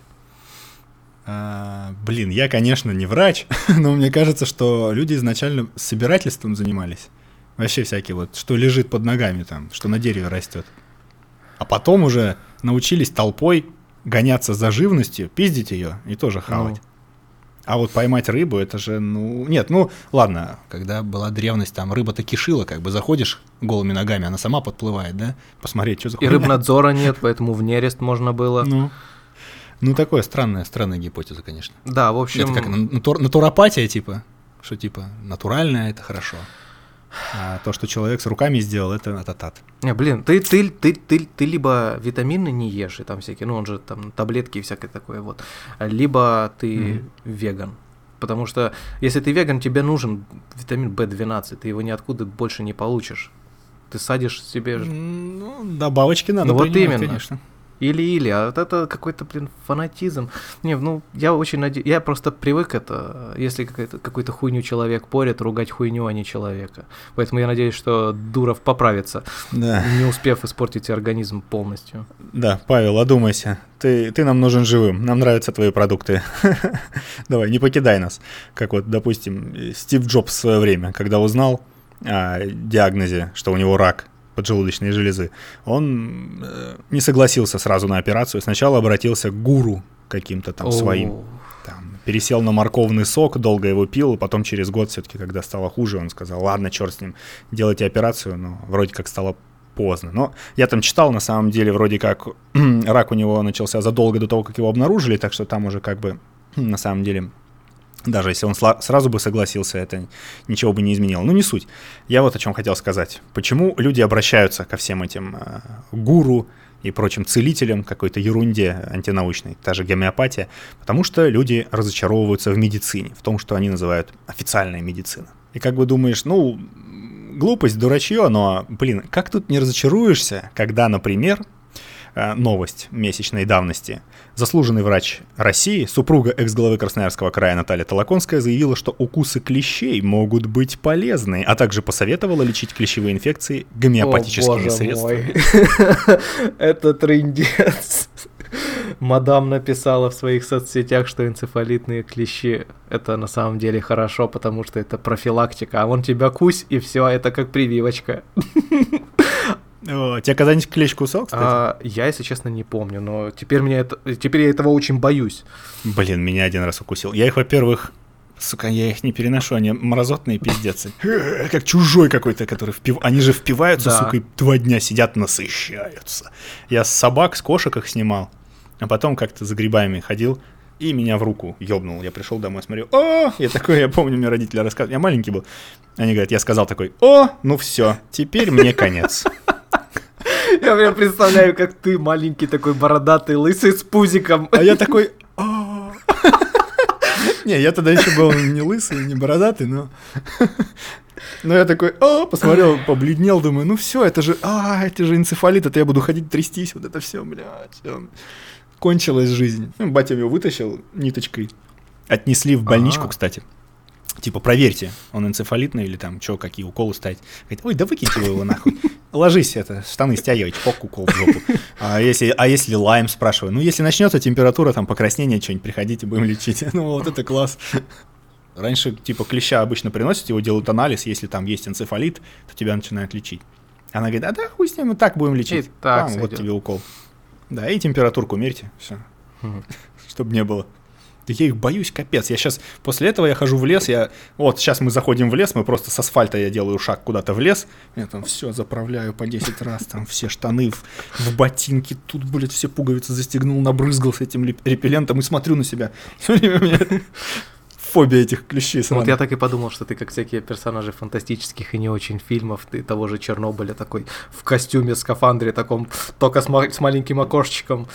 Speaker 1: А, блин, я, конечно, не врач, но мне кажется, что люди изначально собирательством занимались. Вообще всякие вот, что лежит под ногами там, что на дереве растет. А потом уже научились толпой гоняться за живностью, пиздить ее и тоже хавать. Ну. А вот поймать рыбу, это же, ну... Нет, ну, ладно, когда была древность, там рыба-то кишила, как бы заходишь голыми ногами, она сама подплывает, да? Посмотреть, что за хуйня.
Speaker 2: И рыбнадзора нет, поэтому в нерест можно было.
Speaker 1: Ну... Ну, такое странная, странная гипотеза, конечно.
Speaker 2: Да, в общем...
Speaker 1: Это как натур, натуропатия, типа, что, типа, натуральное — это хорошо. А то, что человек с руками сделал, это ататат.
Speaker 2: Не, блин, ты, ты, ты, ты, ты либо витамины не ешь, и там всякие, ну, он же там таблетки и всякое такое вот, либо ты mm-hmm. веган. Потому что, если ты веган, тебе нужен витамин бэ двенадцать, ты его ниоткуда больше не получишь. Ты садишь себе...
Speaker 1: Ну, добавочки надо
Speaker 2: ну,
Speaker 1: принимать,
Speaker 2: вот именно.
Speaker 1: Конечно.
Speaker 2: Или-или, а вот это какой-то, блин, фанатизм. Не, ну, я очень надеюсь, я просто привык это, если какой-то, какую-то хуйню человек порит, ругать хуйню, а не человека. Поэтому я надеюсь, что Дуров поправится, да. не успев испортить организм полностью.
Speaker 1: Да, Павел, одумайся. Ты, ты нам нужен живым, нам нравятся твои продукты. Давай, не покидай нас. Как вот, допустим, Стив Джобс в свое время, когда узнал о диагнозе, что у него рак поджелудочной железы, он э, не согласился сразу на операцию. Сначала обратился к гуру каким-то там своим. Там, пересел на морковный сок, долго его пил, потом через год все-таки, когда стало хуже, он сказал, ладно, черт с ним, делайте операцию, но вроде как стало поздно. Но я там читал, на самом деле, вроде как рак у него начался задолго до того, как его обнаружили, так что там уже как бы на самом деле... Даже если он сла- сразу бы согласился, это ничего бы не изменило. Ну, не суть. Я вот о чем хотел сказать. Почему люди обращаются ко всем этим э, гуру и прочим целителям, какой-то ерунде антинаучной, та же гомеопатия? Потому что люди разочаровываются в медицине, в том, что они называют официальная медицина. И как бы думаешь, ну, глупость, дурачье, но, блин, как тут не разочаруешься, когда, например, новость месячной давности. Заслуженный врач России, супруга экс-главы Красноярского края Наталья Толоконская заявила, что укусы клещей могут быть полезны, а также посоветовала лечить клещевые инфекции гомеопатическими средствами.
Speaker 2: Это трындец. Мадам написала в своих соцсетях, что энцефалитные клещи — это на самом деле хорошо, потому что это профилактика, а вон тебя кусь, и все, это как прививочка.
Speaker 1: О, тебя когда-нибудь клещ кусал, кстати?
Speaker 2: А, я, если честно, не помню, но теперь, мне это, теперь я этого очень боюсь.
Speaker 1: Блин, меня один раз укусил. Я их, во-первых, сука, я их не переношу, они мразотные пиздецы. Как чужой какой-то, который впив... Они же впиваются, да. Сука, и два дня сидят, насыщаются. Я с собак, с кошек их снимал, а потом как-то за грибами ходил, и меня в руку ёбнул. Я пришел домой, смотрю, о, я такой, я помню, мне родители рассказывали, я маленький был. Они говорят, я сказал такой, о, ну все, теперь мне конец.
Speaker 2: Я прям представляю, как ты маленький такой бородатый, лысый с пузиком.
Speaker 1: А я такой, о. Не, я тогда еще был не лысый, не бородатый, но... Но я такой, о, посмотрел, побледнел, думаю, ну все, это же, а, это же энцефалит, это я буду ходить трястись, вот это все, блядь. Кончилась жизнь. Ну, батя его вытащил ниточкой. Отнесли в больничку, А-а-а. Кстати. Типа, проверьте, он энцефалитный или там, что, какие уколы ставить. Говорит, ой, да выкиньте вы его нахуй. Ложись, это, штаны стягивайте, пок, укол в жопу. А если, а если лайм, спрашиваю. Ну, если начнется температура, там, покраснение, что-нибудь, приходите, будем лечить. Ну, вот это класс. Раньше, типа, клеща обычно приносят, его делают анализ, если там есть энцефалит, то тебя начинают лечить. Она говорит, а да хуй с ним, мы так будем лечить.
Speaker 2: Так,
Speaker 1: там, вот тебе укол. Да, и температурку мерьте, все, чтобы не было. Да я их боюсь, капец. Я сейчас, после этого я хожу в лес, я, вот сейчас мы заходим в лес, мы просто с асфальта я делаю шаг куда-то в лес, я там все заправляю по десять раз, там все штаны в, в ботинки, тут, блядь, все пуговицы застегнул, набрызгал с этим репеллентом и смотрю на себя. Все время у меня фобия этих клещей.
Speaker 2: Ну, вот я так и подумал, что ты как всякие персонажи фантастических и не очень фильмов, ты того же Чернобыля такой в костюме, скафандре таком, только с, ма- с маленьким окошечком.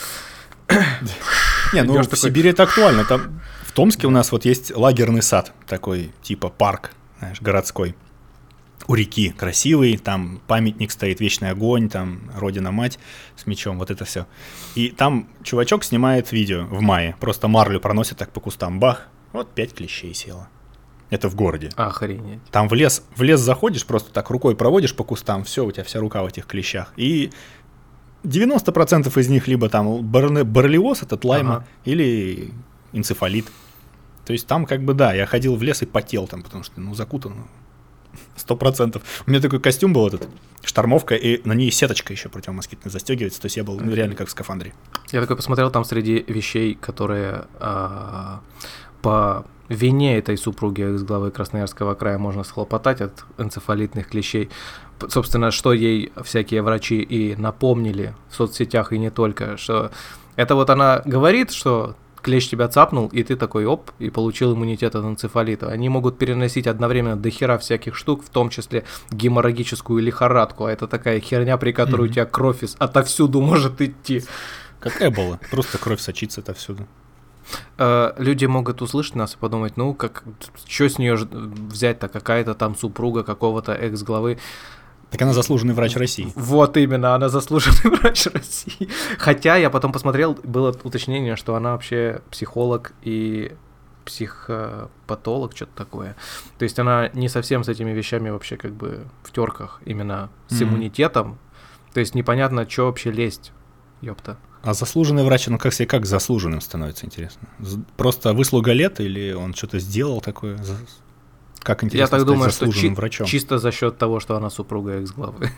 Speaker 1: Не, ну в такой... Сибири это актуально. Там в Томске у нас вот есть лагерный сад, такой типа парк, знаешь, городской. У реки красивый, там памятник стоит, вечный огонь, там Родина-мать с мечом, вот это все. И там чувачок снимает видео в мае, просто марлю проносит так по кустам, бах, вот пять клещей село. Это в городе.
Speaker 2: Охренеть.
Speaker 1: Там в лес, в лес заходишь, просто так рукой проводишь по кустам, все, у тебя вся рука в этих клещах. И девяносто процентов из них либо там боррелиоз, этот лайма, ага. или энцефалит. То есть там как бы да, я ходил в лес и потел там, потому что ну закутан сто процентов. У меня такой костюм был этот, штормовка, и на ней сеточка еще противомоскитная застегивается, то есть я был ну, реально как в скафандре.
Speaker 2: Я такой посмотрел там среди вещей, которые а, по вине этой супруги экс-главы Красноярского края можно схлопотать от энцефалитных клещей. Собственно, что ей всякие врачи и напомнили в соцсетях, и не только, что это вот она говорит, что клещ тебя цапнул, и ты такой оп, и получил иммунитет от энцефалита. Они могут переносить одновременно до хера всяких штук, в том числе геморрагическую лихорадку, а это такая херня, при которой mm-hmm. у тебя кровь из... отовсюду может идти.
Speaker 1: Как Эбола, просто кровь сочится отовсюду.
Speaker 2: Люди могут услышать нас и подумать, ну, как, что с нее взять-то, какая-то там супруга какого-то экс-главы.
Speaker 1: Так она заслуженный врач России.
Speaker 2: Вот именно, она заслуженный врач России. Хотя я потом посмотрел, было уточнение, что она вообще психолог и психопатолог, что-то такое. То есть она не совсем с этими вещами вообще как бы в терках, именно с mm-hmm. иммунитетом. То есть непонятно, что вообще лезть, ёпта.
Speaker 1: А заслуженный врач, ну как себе как заслуженным становится, интересно? Просто выслуга лет или он что-то сделал такое? Как интересно,
Speaker 2: я так
Speaker 1: стать
Speaker 2: думаю,
Speaker 1: заслуженным
Speaker 2: что
Speaker 1: врачом?
Speaker 2: Чи- чисто за счет того, что она супруга экс-главы.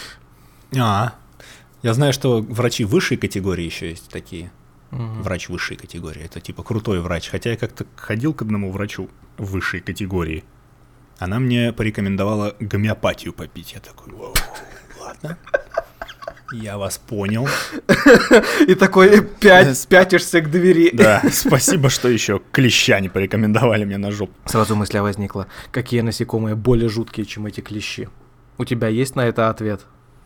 Speaker 1: А, я знаю, что врачи высшей категории еще есть такие.
Speaker 2: Угу.
Speaker 1: Врач высшей категории, это типа крутой врач. Хотя я как-то ходил к одному врачу высшей категории. Она мне порекомендовала гомеопатию попить. Я такой, вау, ладно. Я вас понял.
Speaker 2: И такой пять, пятишься к двери.
Speaker 1: Да, спасибо, что еще клеща не порекомендовали мне на жопу.
Speaker 2: Сразу мысля возникла, какие насекомые более жуткие, чем эти клещи. У тебя есть на это ответ?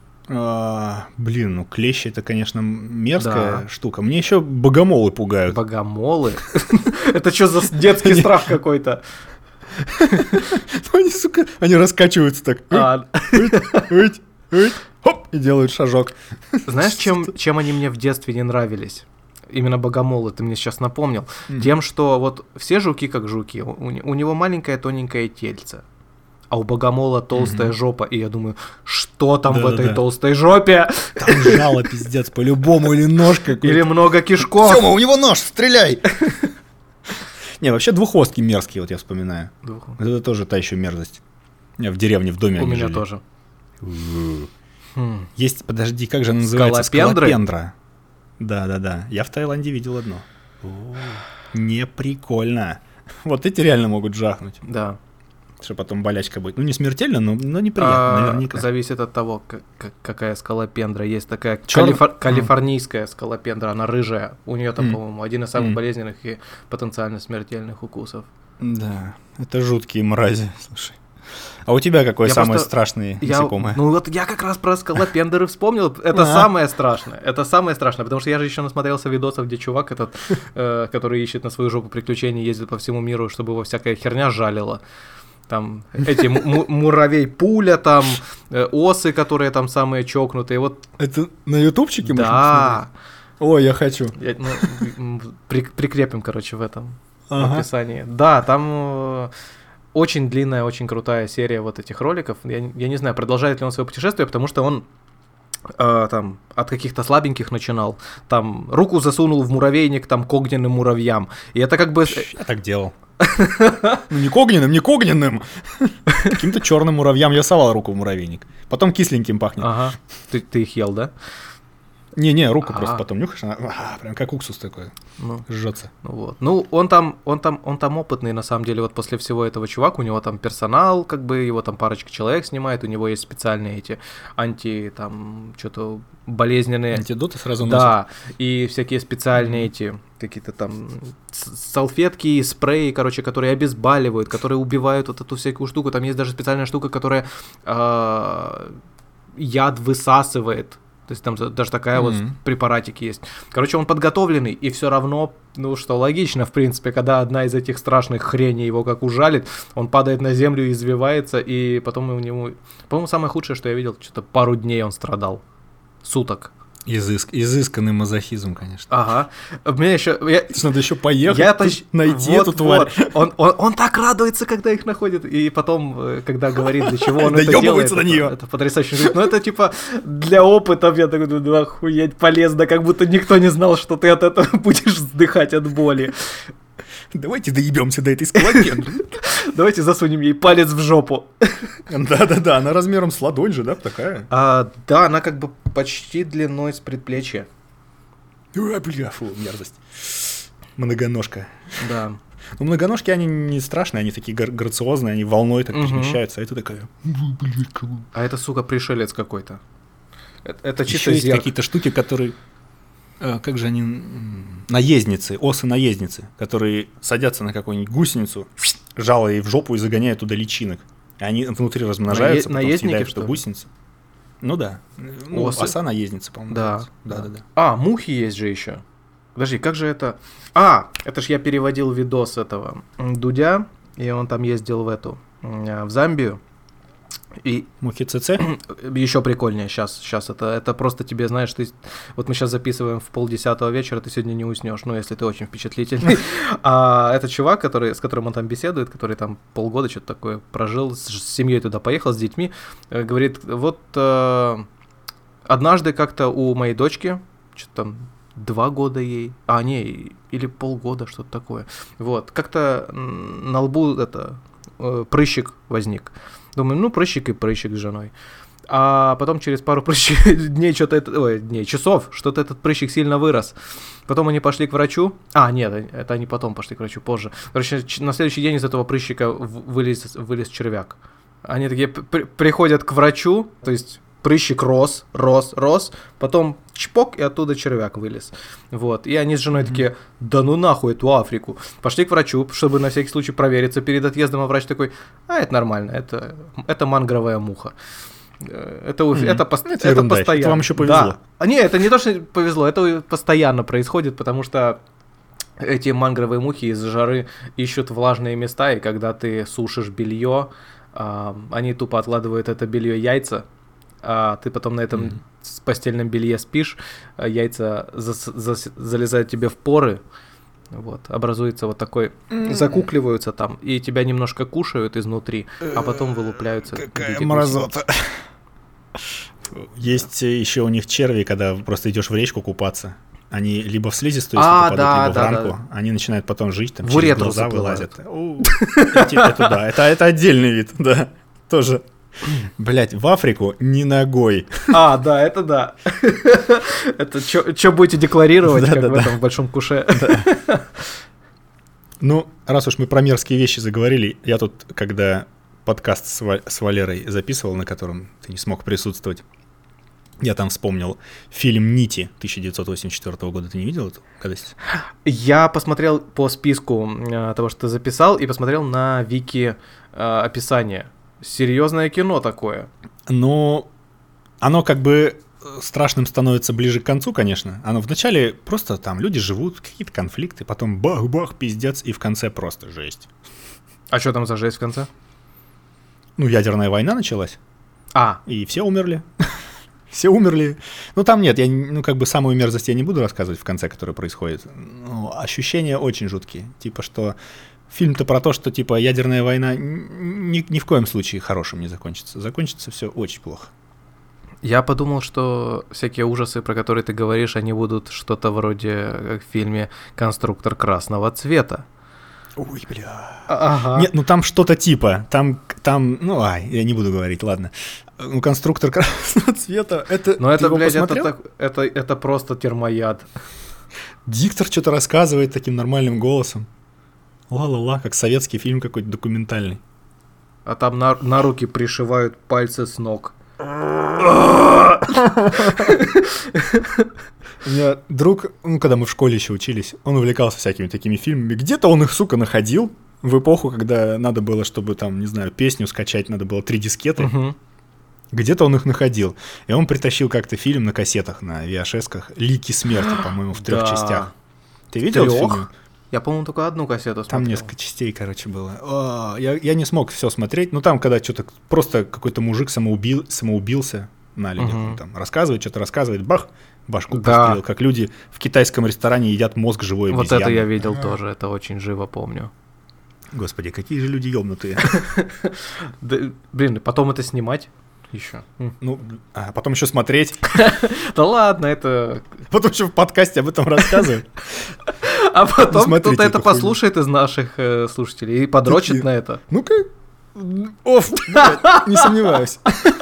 Speaker 1: А, блин, ну клещи это, конечно, мерзкая да. штука. Мне еще богомолы пугают.
Speaker 2: Богомолы? Это что за детский страх какой-то?
Speaker 1: Они, сука, они раскачиваются так. хоп, и делают шажок.
Speaker 2: Знаешь, чем, чем они мне в детстве не нравились? Именно богомолы, ты мне сейчас напомнил. Mm-hmm. Тем, что вот все жуки как жуки, у, у него маленькое тоненькое тельце, а у богомола толстая mm-hmm. жопа, и я думаю, что там да, в этой да. толстой жопе?
Speaker 1: Там жало, пиздец, по-любому, или нож какой-то.
Speaker 2: Или много кишков.
Speaker 1: Тёма, у него нож, стреляй! Не, вообще двуххвостки мерзкие, вот я вспоминаю. Двуххвостки. Это тоже та еще мерзость. В деревне, в доме
Speaker 2: у
Speaker 1: они
Speaker 2: меня
Speaker 1: жили.
Speaker 2: тоже.
Speaker 1: Хм. Есть, подожди, как же она называется? Скалопендра. Да-да-да, я в Таиланде видел одно. О, не прикольно. Вот эти реально могут жахнуть.
Speaker 2: Да.
Speaker 1: Что потом болячка будет. Ну, не смертельно, но, но неприятно, а, наверняка.
Speaker 2: Зависит от того, как, какая скалопендра. Есть такая калифор- калифорнийская скалопендра, она рыжая. У нее там, mm. по-моему, один из самых mm. болезненных и потенциально смертельных укусов.
Speaker 1: Да, это жуткие мрази, слушай. А у тебя какое я самое просто, страшное насекомое?
Speaker 2: Я, ну вот я как раз про скалопендры вспомнил. Это А-а-а. самое страшное. Это самое страшное, потому что я же еще насмотрелся видосов, где чувак этот, э, который ищет на свою жопу приключений, ездит по всему миру, чтобы его всякая херня жалила. Там эти м- муравей-пуля, там э, осы, которые там самые чокнутые. Вот.
Speaker 1: Это на ютубчике можно
Speaker 2: Да.
Speaker 1: посмотреть? Ой, я хочу.
Speaker 2: Я, ну, при, прикрепим, короче, в этом ага. описании. Да, там... Э, очень длинная, очень крутая серия вот этих роликов. Я, я не знаю, продолжает ли он свое путешествие, потому что он э, там от каких-то слабеньких начинал. Там руку засунул в муравейник там к огненным муравьям. И это как бы...
Speaker 1: Я так делал. Ну не к огненным, не к огненным. Каким-то черным муравьям я совал руку в муравейник. Потом кисленьким пахнет.
Speaker 2: Ага. Ты, ты их ел, да?
Speaker 1: Не-не, руку А-а-а. просто потом нюхаешь, она а, прям как уксус такой,
Speaker 2: ну,
Speaker 1: жжется.
Speaker 2: Ну, вот. ну он, там, он, там, он там опытный, на самом деле, вот после всего этого чувака, у него там персонал, как бы, его там парочка человек снимает, у него есть специальные эти анти, там, что-то болезненные...
Speaker 1: Антидоты сразу носят.
Speaker 2: Да, и всякие специальные эти, какие-то там салфетки и спреи, короче, которые обезболивают, которые убивают вот эту всякую штуку, там есть даже специальная штука, которая э, яд высасывает. То есть там даже такая mm-hmm. вот препаратик есть. Короче, он подготовленный, и все равно, ну что логично, в принципе, когда одна из этих страшных хреней его как ужалит, он падает на землю и извивается, и потом у него... По-моему, самое худшее, что я видел, что-то пару дней он страдал. Суток.
Speaker 1: Изыск... Изысканный мазохизм, конечно.
Speaker 2: Ага. Мне еще... Я...
Speaker 1: Надо еще поехать,
Speaker 2: я тащ...
Speaker 1: найти
Speaker 2: вот,
Speaker 1: эту тварь.
Speaker 2: Вот. Он, он, он так радуется, когда их находит, и потом, когда говорит, для чего он
Speaker 1: это
Speaker 2: делает.
Speaker 1: на нее.
Speaker 2: Это, это потрясающе. Ну, это типа для опыта, я такой думаю, ну, охуеть, полезно, как будто никто не знал, что ты от этого будешь вздыхать от боли.
Speaker 1: Давайте доебемся до этой скалопендры.
Speaker 2: Давайте засунем ей палец в жопу.
Speaker 1: Да-да-да, она размером с ладонь же, да, такая?
Speaker 2: А, да, она как бы почти длиной с предплечья.
Speaker 1: А, бля, фу, мерзость. Многоножка.
Speaker 2: Да.
Speaker 1: Ну, многоножки, они не страшные, они такие гра- грациозные, они волной так угу. перемещаются, а это такая...
Speaker 2: А это, сука, пришелец какой-то. Это, это чисто
Speaker 1: есть какие-то штуки, которые... Как же они... Наездницы, осы-наездницы, которые садятся на какую-нибудь гусеницу, жало ей в жопу и загоняют туда личинок. И они внутри размножаются,
Speaker 2: Нае-
Speaker 1: потом съедают
Speaker 2: эту
Speaker 1: гусеницу. Ну да. Ну, оса-наездница, по-моему.
Speaker 2: Да.
Speaker 1: да, да, да.
Speaker 2: А, мухи есть же еще. Подожди, как же это... А, это ж я переводил видос этого Дудя, и он там ездил в эту, в Замбию. И
Speaker 1: мухи ЦЦ?
Speaker 2: Еще прикольнее сейчас, сейчас это, это просто тебе, знаешь, ты, вот мы сейчас записываем в полдесятого вечера, ты сегодня не уснешь, ну, если ты очень впечатлительный. А этот чувак, который, с которым он там беседует, который там полгода что-то такое прожил, с, с семьей туда поехал, с детьми, говорит, вот э, однажды как-то у моей дочки, что-то там два года ей, а, не, или полгода, что-то такое, вот, как-то на лбу это, э, прыщик возник. Думаю, ну, прыщик и прыщик с женой. А потом через пару прыщик, дней, что-то это, ой, дней, часов, что-то этот прыщик сильно вырос. Потом они пошли к врачу. А, нет, это они потом пошли к врачу, позже. Короче, на следующий день из этого прыщика вылез, вылез червяк. Они такие при- приходят к врачу, то есть прыщик рос, рос, рос, потом чпок, и оттуда червяк вылез. Вот. И они с женой mm-hmm. такие, да ну нахуй эту Африку. Пошли к врачу, чтобы на всякий случай провериться перед отъездом, а врач такой, а это нормально, это, это мангровая муха. Это, mm-hmm. это, это, это, это постоянно.
Speaker 1: Это вам еще повезло.
Speaker 2: Да. Не, это не то, что повезло, это постоянно происходит, потому что эти мангровые мухи из-за жары ищут влажные места, и когда ты сушишь белье, они тупо откладывают это белье яйца, а ты потом на этом mm-hmm. постельном белье спишь, а яйца зас- зас- залезают тебе в поры, вот, образуется вот такой, mm-hmm. закукливаются там, и тебя немножко кушают изнутри, а потом вылупляются.
Speaker 1: Какая мразота. Есть еще у них черви, когда просто идешь в речку купаться. Они либо в слизистую
Speaker 2: а,
Speaker 1: попадут,
Speaker 2: да,
Speaker 1: либо
Speaker 2: да,
Speaker 1: в ранку.
Speaker 2: да.
Speaker 1: Они начинают потом жить, там
Speaker 2: в
Speaker 1: через глаза
Speaker 2: заплывают.
Speaker 1: Вылазят. Это да, это, это отдельный вид, да, тоже. Блять, в Африку ни ногой.
Speaker 2: А, да, это да. Это что будете декларировать, как в этом большом куше?
Speaker 1: Ну, раз уж мы про мерзкие вещи заговорили, я тут, когда подкаст с Валерой записывал, на котором ты не смог присутствовать, я там вспомнил фильм «Нити» тысяча девятьсот восемьдесят четвёртого года. Ты не видел эту гадость?
Speaker 2: Я посмотрел по списку э, того, что ты записал, и посмотрел на вики э, описание. Серьезное кино такое.
Speaker 1: Ну, оно как бы страшным становится ближе к концу, конечно. Оно вначале просто там люди живут, какие-то конфликты, потом бах-бах, пиздец, и в конце просто жесть.
Speaker 2: А что там за жесть в конце?
Speaker 1: Ну, ядерная война началась.
Speaker 2: А.
Speaker 1: И все умерли. Все умерли. Ну, там нет, я, ну, как бы самую мерзость я не буду рассказывать в конце, которая происходит. Но ощущения очень жуткие. Типа, что фильм-то про то, что, типа, ядерная война ни, ни в коем случае хорошим не закончится. Закончится все очень плохо.
Speaker 2: Я подумал, что всякие ужасы, про которые ты говоришь, они будут что-то вроде как в фильме «Конструктор красного цвета».
Speaker 1: Ой, бля.
Speaker 2: Ага.
Speaker 1: Нет, ну там что-то типа, там, там, ну, ай, я не буду говорить, ладно. Ну, «Конструктор красного цвета», это...
Speaker 2: Но это, блядь, это, так, это, это просто термояд.
Speaker 1: Диктор что-то рассказывает таким нормальным голосом. Ла-ла-ла, как советский фильм какой-то документальный.
Speaker 2: А там на, на руки пришивают пальцы с ног.
Speaker 1: У меня друг, ну, когда мы в школе еще учились, он увлекался всякими такими фильмами. Где-то он их, сука, находил в эпоху, когда надо было, чтобы там, не знаю, песню скачать, надо было три дискеты.
Speaker 2: Угу.
Speaker 1: Где-то он их находил. И он притащил как-то фильм на кассетах, на ви эйч эс-ках «Лики смерти», по-моему, в трех
Speaker 2: да.
Speaker 1: частях. Ты видел фильм?
Speaker 2: Я, по-моему, только одну кассету смотрел.
Speaker 1: Там несколько частей, короче, было. О, я, я не смог все смотреть. Ну, там, когда что-то просто какой-то мужик самоубил, самоубился на людях, угу. там рассказывает, что-то рассказывает, бах, башку
Speaker 2: да.
Speaker 1: прострелил, как люди в китайском ресторане едят мозг живой обезьяны.
Speaker 2: Вот это я видел А-а-а. тоже, это очень живо помню.
Speaker 1: Господи, какие же люди ёбнутые.
Speaker 2: Блин, потом это снимать еще.
Speaker 1: Ну, а потом еще смотреть.
Speaker 2: Да ладно, это...
Speaker 1: Потом еще в подкасте об этом рассказывать.
Speaker 2: А потом кто-то это послушает из наших слушателей и подрочит на это.
Speaker 1: Ну-ка, оф, не сомневаюсь.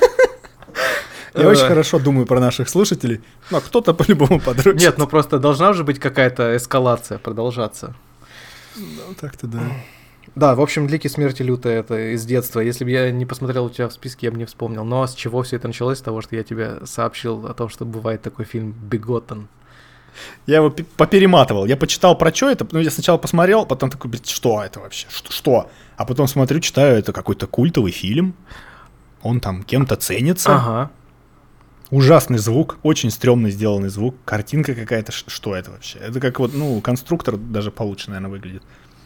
Speaker 1: Я очень хорошо думаю про наших слушателей, но кто-то по-любому подрочит.
Speaker 2: Нет, ну просто должна же быть какая-то эскалация продолжаться.
Speaker 1: Ну, так-то да.
Speaker 2: Да, в общем, «Лики смерти» лютая, это из детства. Если бы я не посмотрел у тебя в списке, я бы не вспомнил. Но с чего все это началось? С того, что я тебе сообщил о том, что бывает такой фильм «Беготен».
Speaker 1: Я его поперематывал. Я почитал, про что это. Ну, я сначала посмотрел, потом такой, блин, что это вообще? Что? что? А потом смотрю, читаю, это какой-то культовый фильм. Он там кем-то ценится.
Speaker 2: Ага.
Speaker 1: Ужасный звук, очень стрёмно сделанный звук. Картинка какая-то. Что это вообще? Это как вот, ну, «Конструктор» даже получше, наверное, выглядит.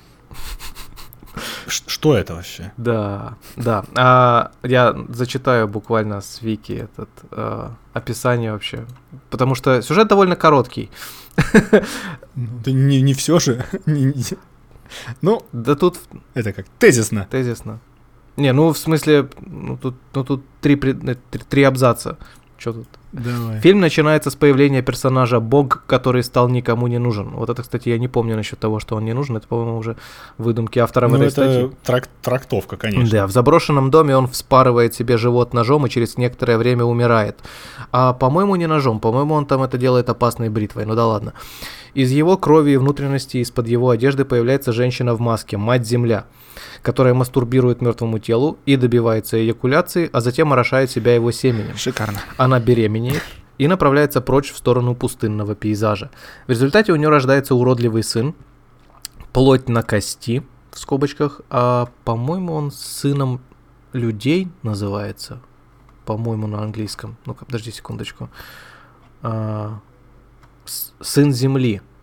Speaker 1: Что это вообще?
Speaker 2: Да, да. А, я зачитаю буквально с вики этот а, описание вообще, потому что сюжет довольно короткий.
Speaker 1: Да не, не все же. Ну,
Speaker 2: да тут
Speaker 1: это как тезисно.
Speaker 2: Тезисно. Не, ну в смысле, ну тут, ну, тут три, три, три абзаца. Что тут?
Speaker 1: Давай.
Speaker 2: Фильм начинается с появления персонажа Бог, который стал никому не нужен. Вот это, кстати, я не помню насчет того, что он не нужен. Это, по-моему, уже выдумки автора в
Speaker 1: этой
Speaker 2: это статьи.
Speaker 1: Трак- трактовка, конечно.
Speaker 2: Да, в заброшенном доме он вспарывает себе живот ножом и через некоторое время умирает. А, по-моему, не ножом. По-моему, он там это делает опасной бритвой. Ну да ладно. Из его крови и внутренности из-под его одежды появляется женщина в маске, Мать-Земля, которая мастурбирует мертвому телу и добивается эякуляции, а затем орошает себя его семенем.
Speaker 1: Шикарно.
Speaker 2: Она беременеет и направляется прочь в сторону пустынного пейзажа. В результате у нее рождается уродливый сын, плоть на кости, в скобочках, а, по-моему, он сыном людей называется, по-моему, на английском. Ну-ка, подожди секундочку. А, сын Земли.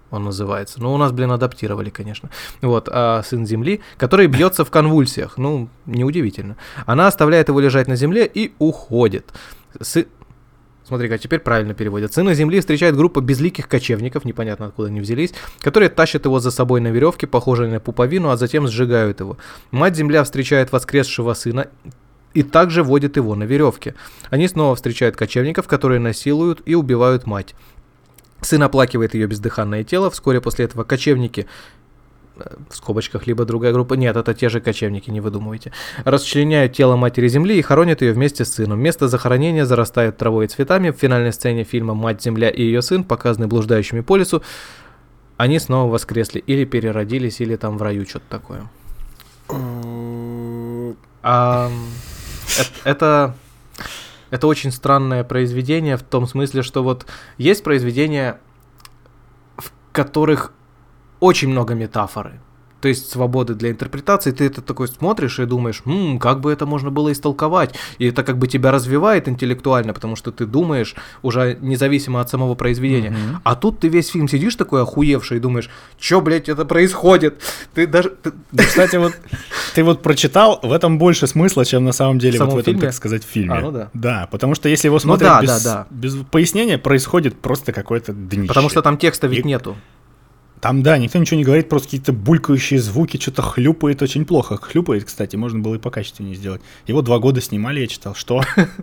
Speaker 2: он называется. Ну, у нас, блин, адаптировали, конечно. Вот, а сын Земли, который бьется в конвульсиях. Ну, неудивительно. Она оставляет его лежать на земле и уходит. Сы... Смотри-ка, теперь правильно переводят. Сына Земли встречает группа безликих кочевников, непонятно откуда они взялись, которые тащат его за собой на веревке, похожей на пуповину, а затем сжигают его. Мать Земля встречает воскресшего сына и также водит его на веревке. Они снова встречают кочевников, которые насилуют и убивают мать. Сын оплакивает ее бездыханное тело. Вскоре после этого кочевники, в скобочках, либо другая группа, нет, это те же кочевники, не выдумывайте, расчленяют тело матери Земли и хоронят ее вместе с сыном. Место захоронения зарастает травой и цветами. В финальной сцене фильма «Мать Земля и ее сын», показанный блуждающими по лесу, они снова воскресли или переродились, или там в раю что-то такое. А, это, это, это очень странное произведение в том смысле, что вот есть произведения, в которых очень много метафоры, то есть свободы для интерпретации. Ты это такой смотришь и думаешь, м-м, как бы это можно было истолковать, и это как бы тебя развивает интеллектуально, потому что ты думаешь уже независимо от самого произведения. Mm-hmm. А тут ты весь фильм сидишь такой охуевший и думаешь, чё, блядь, это происходит? Ты даже... Ты...
Speaker 1: Да, кстати, вот ты вот прочитал, в этом больше смысла, чем на самом деле вот в этом, фильме? Так сказать, фильме.
Speaker 2: А, ну да.
Speaker 1: Да, потому что если его смотреть ну, да, без, да, да. без пояснения, происходит просто какое-то днище.
Speaker 2: Потому что там текста ведь и... нету.
Speaker 1: Там, да, никто ничего не говорит, просто какие-то булькающие звуки, что-то хлюпает очень плохо. Хлюпает, кстати, можно было и покачественнее сделать. Его два года снимали, я читал. Что?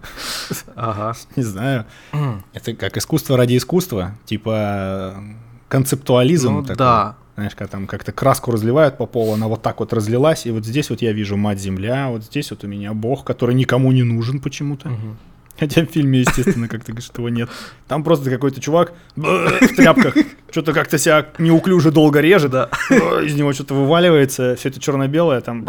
Speaker 2: Ага.
Speaker 1: Не знаю. Это как искусство ради искусства, типа концептуализм такой.
Speaker 2: Да.
Speaker 1: Знаешь, когда там как-то краску разливают по полу, она вот так вот разлилась, и вот здесь вот я вижу мать-земля, вот здесь вот у меня Бог, который никому не нужен почему-то. Хотя в фильме, естественно, как ты говоришь, этого нет. Там просто какой-то чувак в тряпках что-то как-то себя неуклюже долго режет, да. Из него что-то вываливается, все это черно-белое, там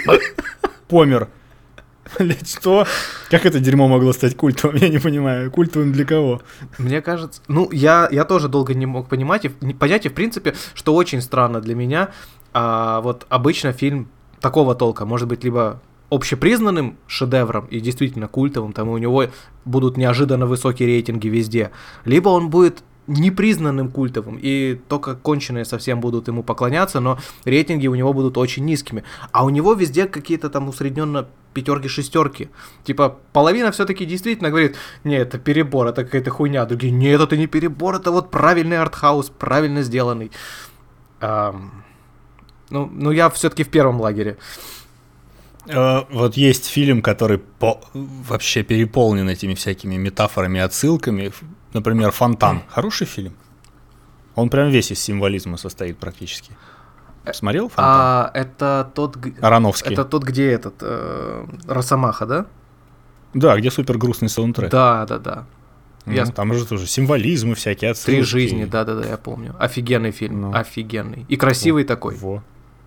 Speaker 1: помер. Блять, что? Как это дерьмо могло стать культовым? Я не понимаю. Культовым для кого?
Speaker 2: Мне кажется... Ну, я, я тоже долго не мог понимать, и, понять, и в принципе, что очень странно для меня, а, вот обычно фильм такого толка может быть либо общепризнанным шедевром и действительно культовым, там у него будут неожиданно высокие рейтинги везде, либо он будет непризнанным культовым, и только конченые совсем будут ему поклоняться, но рейтинги у него будут очень низкими. А у него везде какие-то там усредненно пятерки-шестерки. Типа половина все-таки действительно говорит, не, это перебор, это какая-то хуйня. Другие, нет, это не перебор, это вот правильный артхаус, правильно сделанный. А, ну, ну, я все-таки в первом лагере.
Speaker 1: Вот есть фильм, который по... вообще переполнен этими всякими метафорами, отсылками. Например, «Фонтан». Хороший фильм. Он прям весь из символизма состоит практически. Смотрел «Фонтан»?
Speaker 2: А, это тот...
Speaker 1: Аронофский.
Speaker 2: Это тот, где этот... Э, Росомаха, да?
Speaker 1: Да, где супер грустный саундтрек.
Speaker 2: Да, да, да.
Speaker 1: Ну, я... Там же тоже символизмы всякие, отсылки.
Speaker 2: «Три жизни», да-да-да, я помню. Офигенный фильм, ну. офигенный. И красивый
Speaker 1: во,
Speaker 2: такой.
Speaker 1: Во.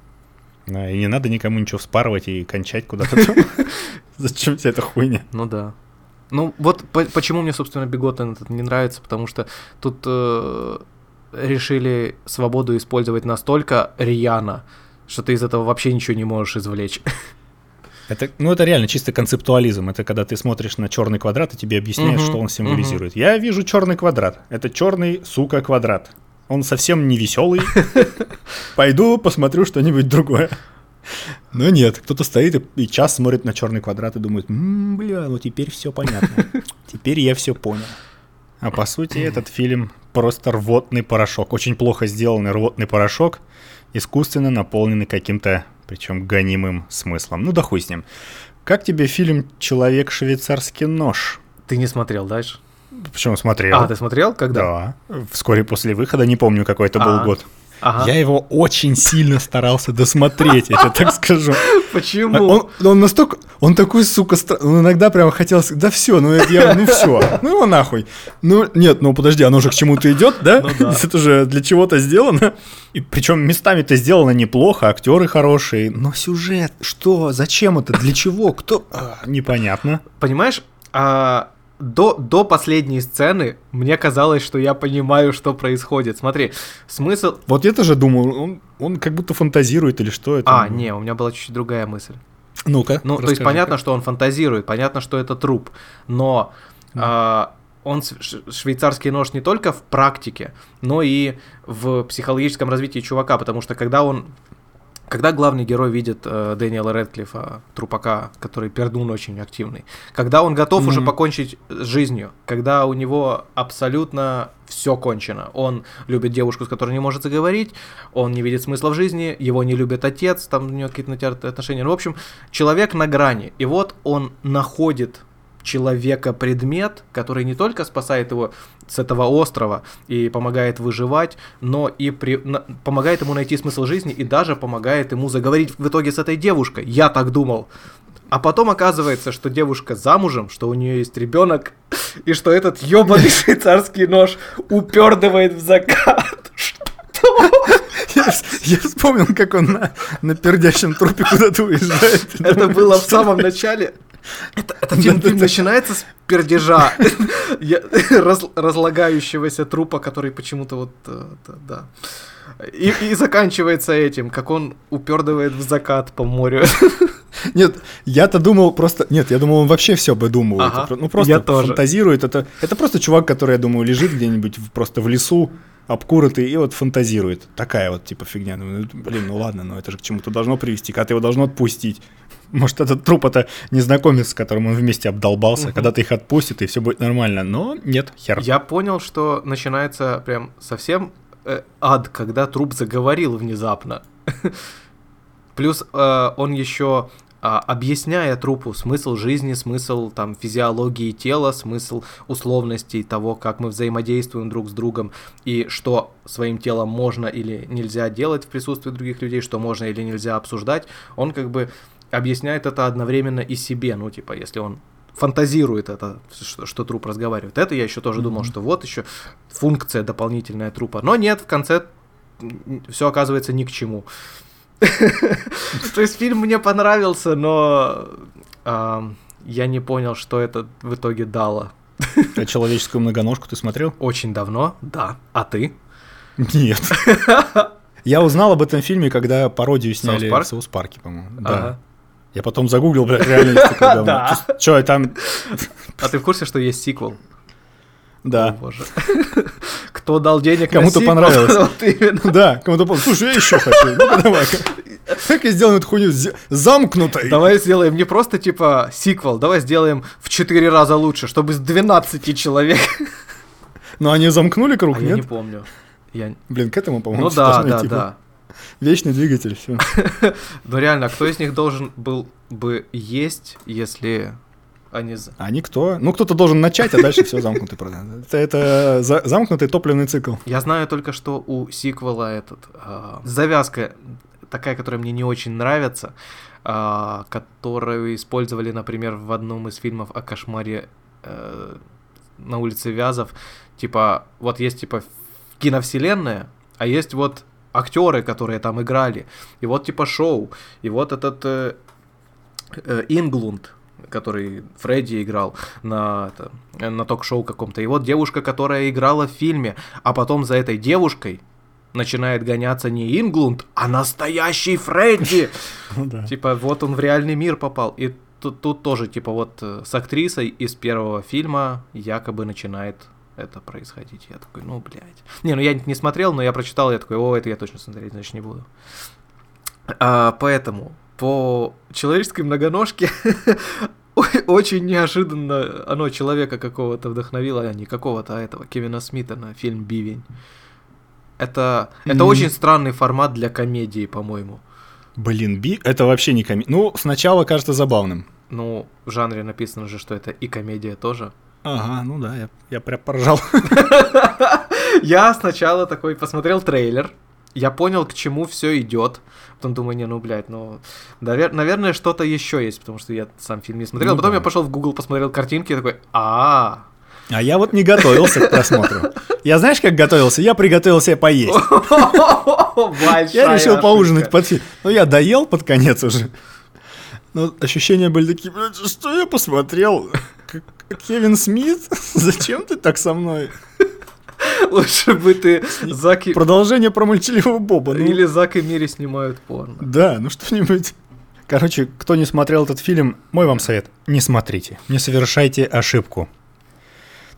Speaker 1: Да, и не надо никому ничего вспарывать и кончать куда-то. Зачем вся эта хуйня?
Speaker 2: Ну да. Ну вот почему мне, собственно, Биготтен этот не нравится, потому что тут э, решили свободу использовать настолько рьяно, что ты из этого вообще ничего не можешь извлечь.
Speaker 1: Это, ну, это реально чисто концептуализм. Это когда ты смотришь на черный квадрат и тебе объясняют, uh-huh, что он символизирует. Uh-huh. Я вижу черный квадрат. Это черный, сука, квадрат. Он совсем не веселый. Пойду посмотрю что-нибудь другое. Но нет, кто-то стоит и, и час смотрит на черный квадрат и думает, м-м, бля, ну теперь все понятно. Теперь я все понял. А по сути этот фильм просто рвотный порошок. Очень плохо сделанный рвотный порошок, искусственно наполненный каким-то, причем гонимым смыслом. Ну да хуй с ним. Как тебе фильм «Человек-швейцарский нож»?
Speaker 2: Ты не смотрел дальше?
Speaker 1: Почему смотрел?
Speaker 2: А, ты смотрел? Когда?
Speaker 1: Да, вскоре после выхода, не помню, какой это был год.
Speaker 2: Ага.
Speaker 1: Я его очень сильно старался досмотреть, я тебе так скажу.
Speaker 2: Почему?
Speaker 1: Он, он настолько, он такой, сука, стра... он иногда прям хотел сказать, да все, ну это я, ну все, ну его нахуй. Ну нет, ну подожди, оно же к чему-то идет, да?
Speaker 2: Ну, да.
Speaker 1: Это же для чего-то сделано. И причем местами-то сделано неплохо, актеры хорошие, но сюжет, что, зачем это, для чего, кто, а, непонятно.
Speaker 2: Понимаешь, а... До, до последней сцены мне казалось, что я понимаю, что происходит. Смотри, смысл...
Speaker 1: Вот я тоже думал, он, он как будто фантазирует или что это.
Speaker 2: А, не, у меня была чуть-чуть другая мысль.
Speaker 1: Ну-ка,
Speaker 2: Ну, то есть понятно, что он фантазирует, понятно, что это труп, но... Mm. А, он швейцарский нож не только в практике, но и в психологическом развитии чувака, потому что когда он, когда главный герой видит э, Дэниела Рэдклиффа, трупака, который пердун очень активный, когда он готов mm-hmm. уже покончить с жизнью, когда у него абсолютно все кончено, он любит девушку, с которой не может заговорить, он не видит смысла в жизни, его не любит отец, там у него какие-то натянутые отношения, ну, в общем, человек на грани, и вот он находит человека-предмет, который не только спасает его с этого острова и помогает выживать, но и при... на... помогает ему найти смысл жизни и даже помогает ему заговорить в итоге с этой девушкой. Я так думал. А потом оказывается, что девушка замужем, что у нее есть ребенок, и что этот ёбаный швейцарский нож упердывает в закат.
Speaker 1: Я, я вспомнил, как он на, на пердящем трупе куда-то уезжает.
Speaker 2: Это было в самом начале. Это, это фильм, фильм начинается с пердежа раз, разлагающегося трупа, который почему-то вот, да, и, и заканчивается этим, как он упердывает в закат по морю.
Speaker 1: Нет, я-то думал просто, нет, я думал, он вообще все выдумывает, ага, ну просто фантазирует. Это, это просто чувак, который, я думаю, лежит где-нибудь просто в лесу, обкуротый, и вот фантазирует. Такая вот типа фигня. Ну, блин, ну ладно, но это же к чему-то должно привести, когда-то его должно отпустить. Может, этот труп — это незнакомец, с которым он вместе обдолбался, угу. когда-то их отпустит, и все будет нормально. Но нет, хер.
Speaker 2: Я понял, что начинается прям совсем э, ад, когда труп заговорил внезапно. Плюс э, он еще, э, объясняя трупу смысл жизни, смысл там физиологии тела, смысл условностей того, как мы взаимодействуем друг с другом, и что своим телом можно или нельзя делать в присутствии других людей, что можно или нельзя обсуждать, он как бы объясняет это одновременно и себе, ну, типа, если он фантазирует это, что, что труп разговаривает. Это я еще тоже mm-hmm. думал, что вот еще функция дополнительная трупа. Но нет, в конце все оказывается ни к чему. То есть фильм мне понравился, но я не понял, что это в итоге дало.
Speaker 1: А «Человеческую многоножку» ты смотрел?
Speaker 2: Очень давно, да. А ты?
Speaker 1: Нет. Я узнал об этом фильме, когда пародию сняли в Саус-Парке, по-моему. Да. Я потом загуглил, блядь, реально есть такой давно. Чё, там...
Speaker 2: А ты в курсе, что есть сиквел?
Speaker 1: Да.
Speaker 2: О, боже. Кто дал денег
Speaker 1: кому-то
Speaker 2: на сиквел?
Speaker 1: Понравилось.
Speaker 2: Вот именно.
Speaker 1: Да, кому-то понравилось. Слушай, я еще хочу. Ну-ка давай-ка. Как я сделаю эту хуйню замкнутой?
Speaker 2: Давай сделаем не просто типа сиквел, давай сделаем в четыре раза лучше, чтобы с двенадцати человек.
Speaker 1: Но они замкнули круг,
Speaker 2: а
Speaker 1: нет?
Speaker 2: Я не помню. Я...
Speaker 1: Блин, к этому, по-моему,
Speaker 2: ну да, да, типа... да.
Speaker 1: Вечный двигатель, все.
Speaker 2: Ну реально, кто из них должен был бы есть, если они...
Speaker 1: А никто. Ну, кто-то должен начать, а дальше все замкнутый продаж. Это, это за, замкнутый топливный цикл.
Speaker 2: Я знаю только, что у сиквела этот... Э, завязка такая, которая мне не очень нравится, э, которую использовали, например, в одном из фильмов о кошмаре э, на улице Вязов. Типа, вот есть типа киновселенная, а есть вот актеры, которые там играли, и вот типа шоу, и вот этот э, э, Инглунд, который Фредди играл на, это, на ток-шоу каком-то, и вот девушка, которая играла в фильме, а потом за этой девушкой начинает гоняться не Инглунд, а настоящий Фредди. Типа вот он в реальный мир попал, и тут, тут тоже типа вот с актрисой из первого фильма якобы начинает это происходить. Я такой, ну, блядь. Не, ну я не смотрел, но я прочитал, я такой, о, это я точно смотреть, значит, не буду. А, поэтому по «Человеческой многоножке» очень неожиданно оно человека какого-то вдохновило, а не какого-то, а этого, Кевина Смита на фильм «Бивень». Это, mm-hmm. это очень странный формат для комедии, по-моему.
Speaker 1: Блин, би... это вообще не комедия. Ну, сначала кажется забавным.
Speaker 2: Ну, в жанре написано же, что это и комедия тоже.
Speaker 1: Ага, ну да, я, я прям поржал.
Speaker 2: Я сначала такой посмотрел трейлер, я понял, к чему все идет. Потом думаю, не, ну, блядь, ну, навер- наверное, что-то еще есть, потому что я сам фильм не смотрел. Ну, потом да. я пошел в Google, посмотрел картинки и такой, а
Speaker 1: А я вот не готовился к просмотру. Я знаешь, как готовился? Я приготовил себе поесть. Я решил поужинать под фильм. Ну, я доел под конец уже. Но ощущения были такие, блядь, что я посмотрел? Кевин Смит? Зачем ты так со мной?
Speaker 2: Лучше бы ты Зак и...
Speaker 1: Продолжение про молчаливого Боба. Ну...
Speaker 2: Или Зак и Мири снимают порно.
Speaker 1: Да, ну что-нибудь. Короче, кто не смотрел этот фильм, мой вам совет. Не смотрите, не совершайте ошибку.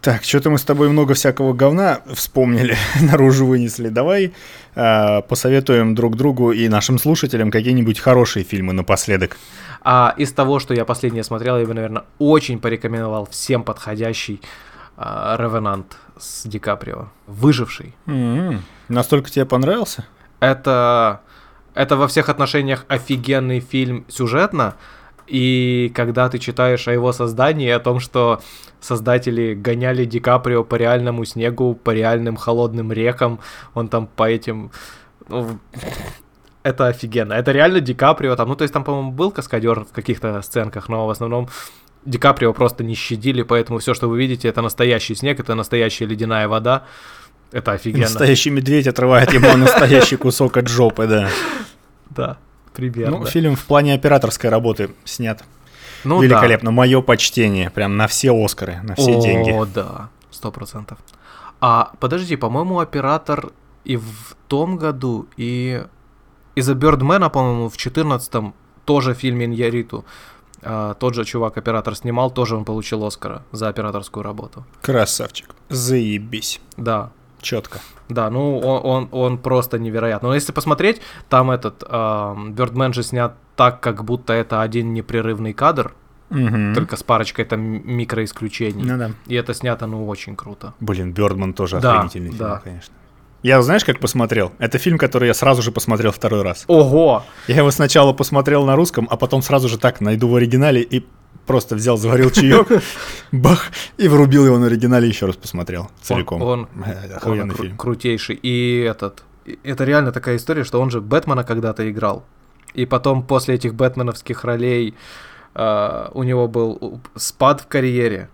Speaker 1: Так, что-то мы с тобой много всякого говна вспомнили, наружу вынесли. Давай э, посоветуем друг другу и нашим слушателям какие-нибудь хорошие фильмы напоследок.
Speaker 2: А из того, что я последнее смотрел, я бы, наверное, очень порекомендовал всем подходящий э, «Ревенант» с Ди Каприо. «Выживший».
Speaker 1: Mm-hmm. Настолько тебе понравился?
Speaker 2: Это, это во всех отношениях офигенный фильм сюжетно. И когда ты читаешь о его создании, о том, что создатели гоняли Ди Каприо по реальному снегу, по реальным холодным рекам, он там по этим... Ну, это офигенно. Это реально Ди Каприо там... Ну, то есть там, по-моему, был каскадер в каких-то сценках, но в основном Ди Каприо просто не щадили, поэтому все, что вы видите, это настоящий снег, это настоящая ледяная вода. Это офигенно.
Speaker 1: Настоящий медведь отрывает ему настоящий кусок от жопы, да.
Speaker 2: Да. Примерно.
Speaker 1: Ну, фильм в плане операторской работы снят
Speaker 2: ну,
Speaker 1: великолепно.
Speaker 2: Да.
Speaker 1: Мое почтение. Прям на все Оскары, на все
Speaker 2: О,
Speaker 1: деньги.
Speaker 2: О, да, сто процентов. А, подожди, по-моему, оператор и в том году, и из-за Бёрдмена, по-моему, в четырнадцатом тоже фильм Иньярриту. А, тот же чувак-оператор снимал, тоже он получил Оскара за операторскую работу.
Speaker 1: Красавчик. Заебись.
Speaker 2: Да.
Speaker 1: Четко.
Speaker 2: Да, ну он, он, он просто невероятный. Но если посмотреть, там этот Бёрдмен же снят так, как будто это один непрерывный кадр,
Speaker 1: угу.
Speaker 2: только с парочкой там микроисключений.
Speaker 1: Ну, да.
Speaker 2: И это снято, ну, очень круто.
Speaker 1: Блин, Бёрдман тоже
Speaker 2: да,
Speaker 1: охренительный фильм,
Speaker 2: да.
Speaker 1: конечно. Я, знаешь, как посмотрел? Это фильм, который я сразу же посмотрел второй раз.
Speaker 2: Ого!
Speaker 1: Я его сначала посмотрел на русском, а потом сразу же так найду в оригинале и просто взял, заварил чаек, бах, и врубил его на оригинале, еще раз посмотрел целиком.
Speaker 2: Он, он, он кру- крутейший. И этот, это реально такая история, что он же Бэтмена когда-то играл. И потом после этих бэтменовских ролей э, у него был спад в карьере.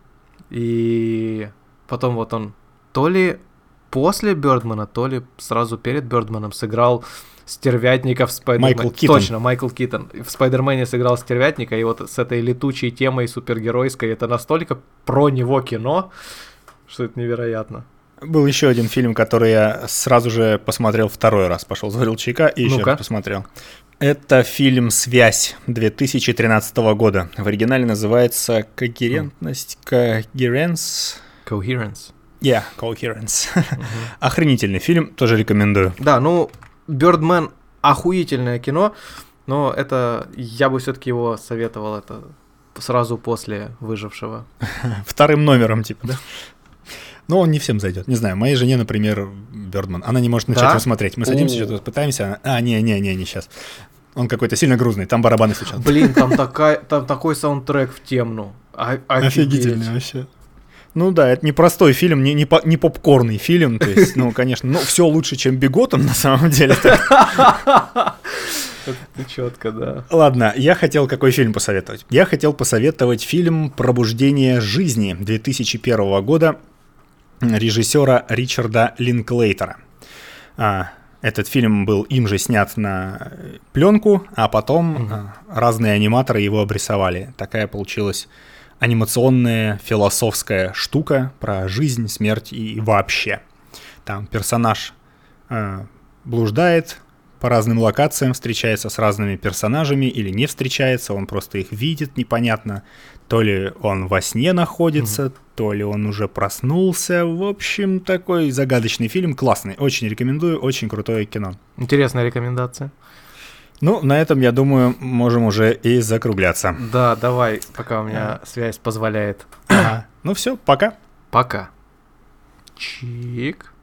Speaker 2: И потом вот он то ли после Бёрдмена, то ли сразу перед Бёрдманом сыграл стервятника в Спайдермене.
Speaker 1: Майкл Китон.
Speaker 2: Точно, Майкл Китон. В Спайдермене сыграл стервятника, и вот с этой летучей темой супергеройской это настолько про него кино, что это невероятно.
Speaker 1: Был еще один фильм, который я сразу же посмотрел второй раз. Пошел, заварил чайка и еще
Speaker 2: Ну-ка.
Speaker 1: раз посмотрел. Это фильм «Связь» две тысячи тринадцатого года. В оригинале называется «Когерентность», «Coherence».
Speaker 2: Coherence.
Speaker 1: Yeah, Coherence. Uh-huh. Охренительный фильм, тоже рекомендую.
Speaker 2: Да, ну, Бёрдмен охуительное кино, но это я бы все-таки его советовал это сразу после «Выжившего».
Speaker 1: Вторым номером, типа, да? Но он не всем зайдет. Не знаю, моей жене, например, Бёрдман, она не может начать да? его смотреть. Мы садимся, что-то пытаемся, она... а, не-не-не, не сейчас. Он какой-то сильно грузный, там барабаны стучат.
Speaker 2: Блин, там, такая, там такой саундтрек в темну. О-
Speaker 1: Офигительный вообще. Ну да, это непростой фильм, не, не, по, не попкорный фильм, то есть, ну, конечно, ну, все лучше, чем «Биготом», на самом деле.
Speaker 2: Это четко, да.
Speaker 1: Ладно, я хотел какой фильм посоветовать? Я хотел посоветовать фильм «Пробуждение жизни» две тысячи первого года режиссера Ричарда Линклейтера. А, этот фильм был им же снят на пленку, а потом угу. а, разные аниматоры его обрисовали. Такая получилась анимационная философская штука про жизнь, смерть и вообще. Там персонаж э, блуждает по разным локациям, встречается с разными персонажами или не встречается, он просто их видит, непонятно, то ли он во сне находится, mm-hmm. то ли он уже проснулся. В общем, такой загадочный фильм, классный, очень рекомендую, очень крутое кино.
Speaker 2: Интересная рекомендация.
Speaker 1: Ну, на этом, я думаю, можем уже и закругляться.
Speaker 2: Да, давай, пока у меня а. связь позволяет.
Speaker 1: Ага. Ну все, пока.
Speaker 2: Пока. Чик.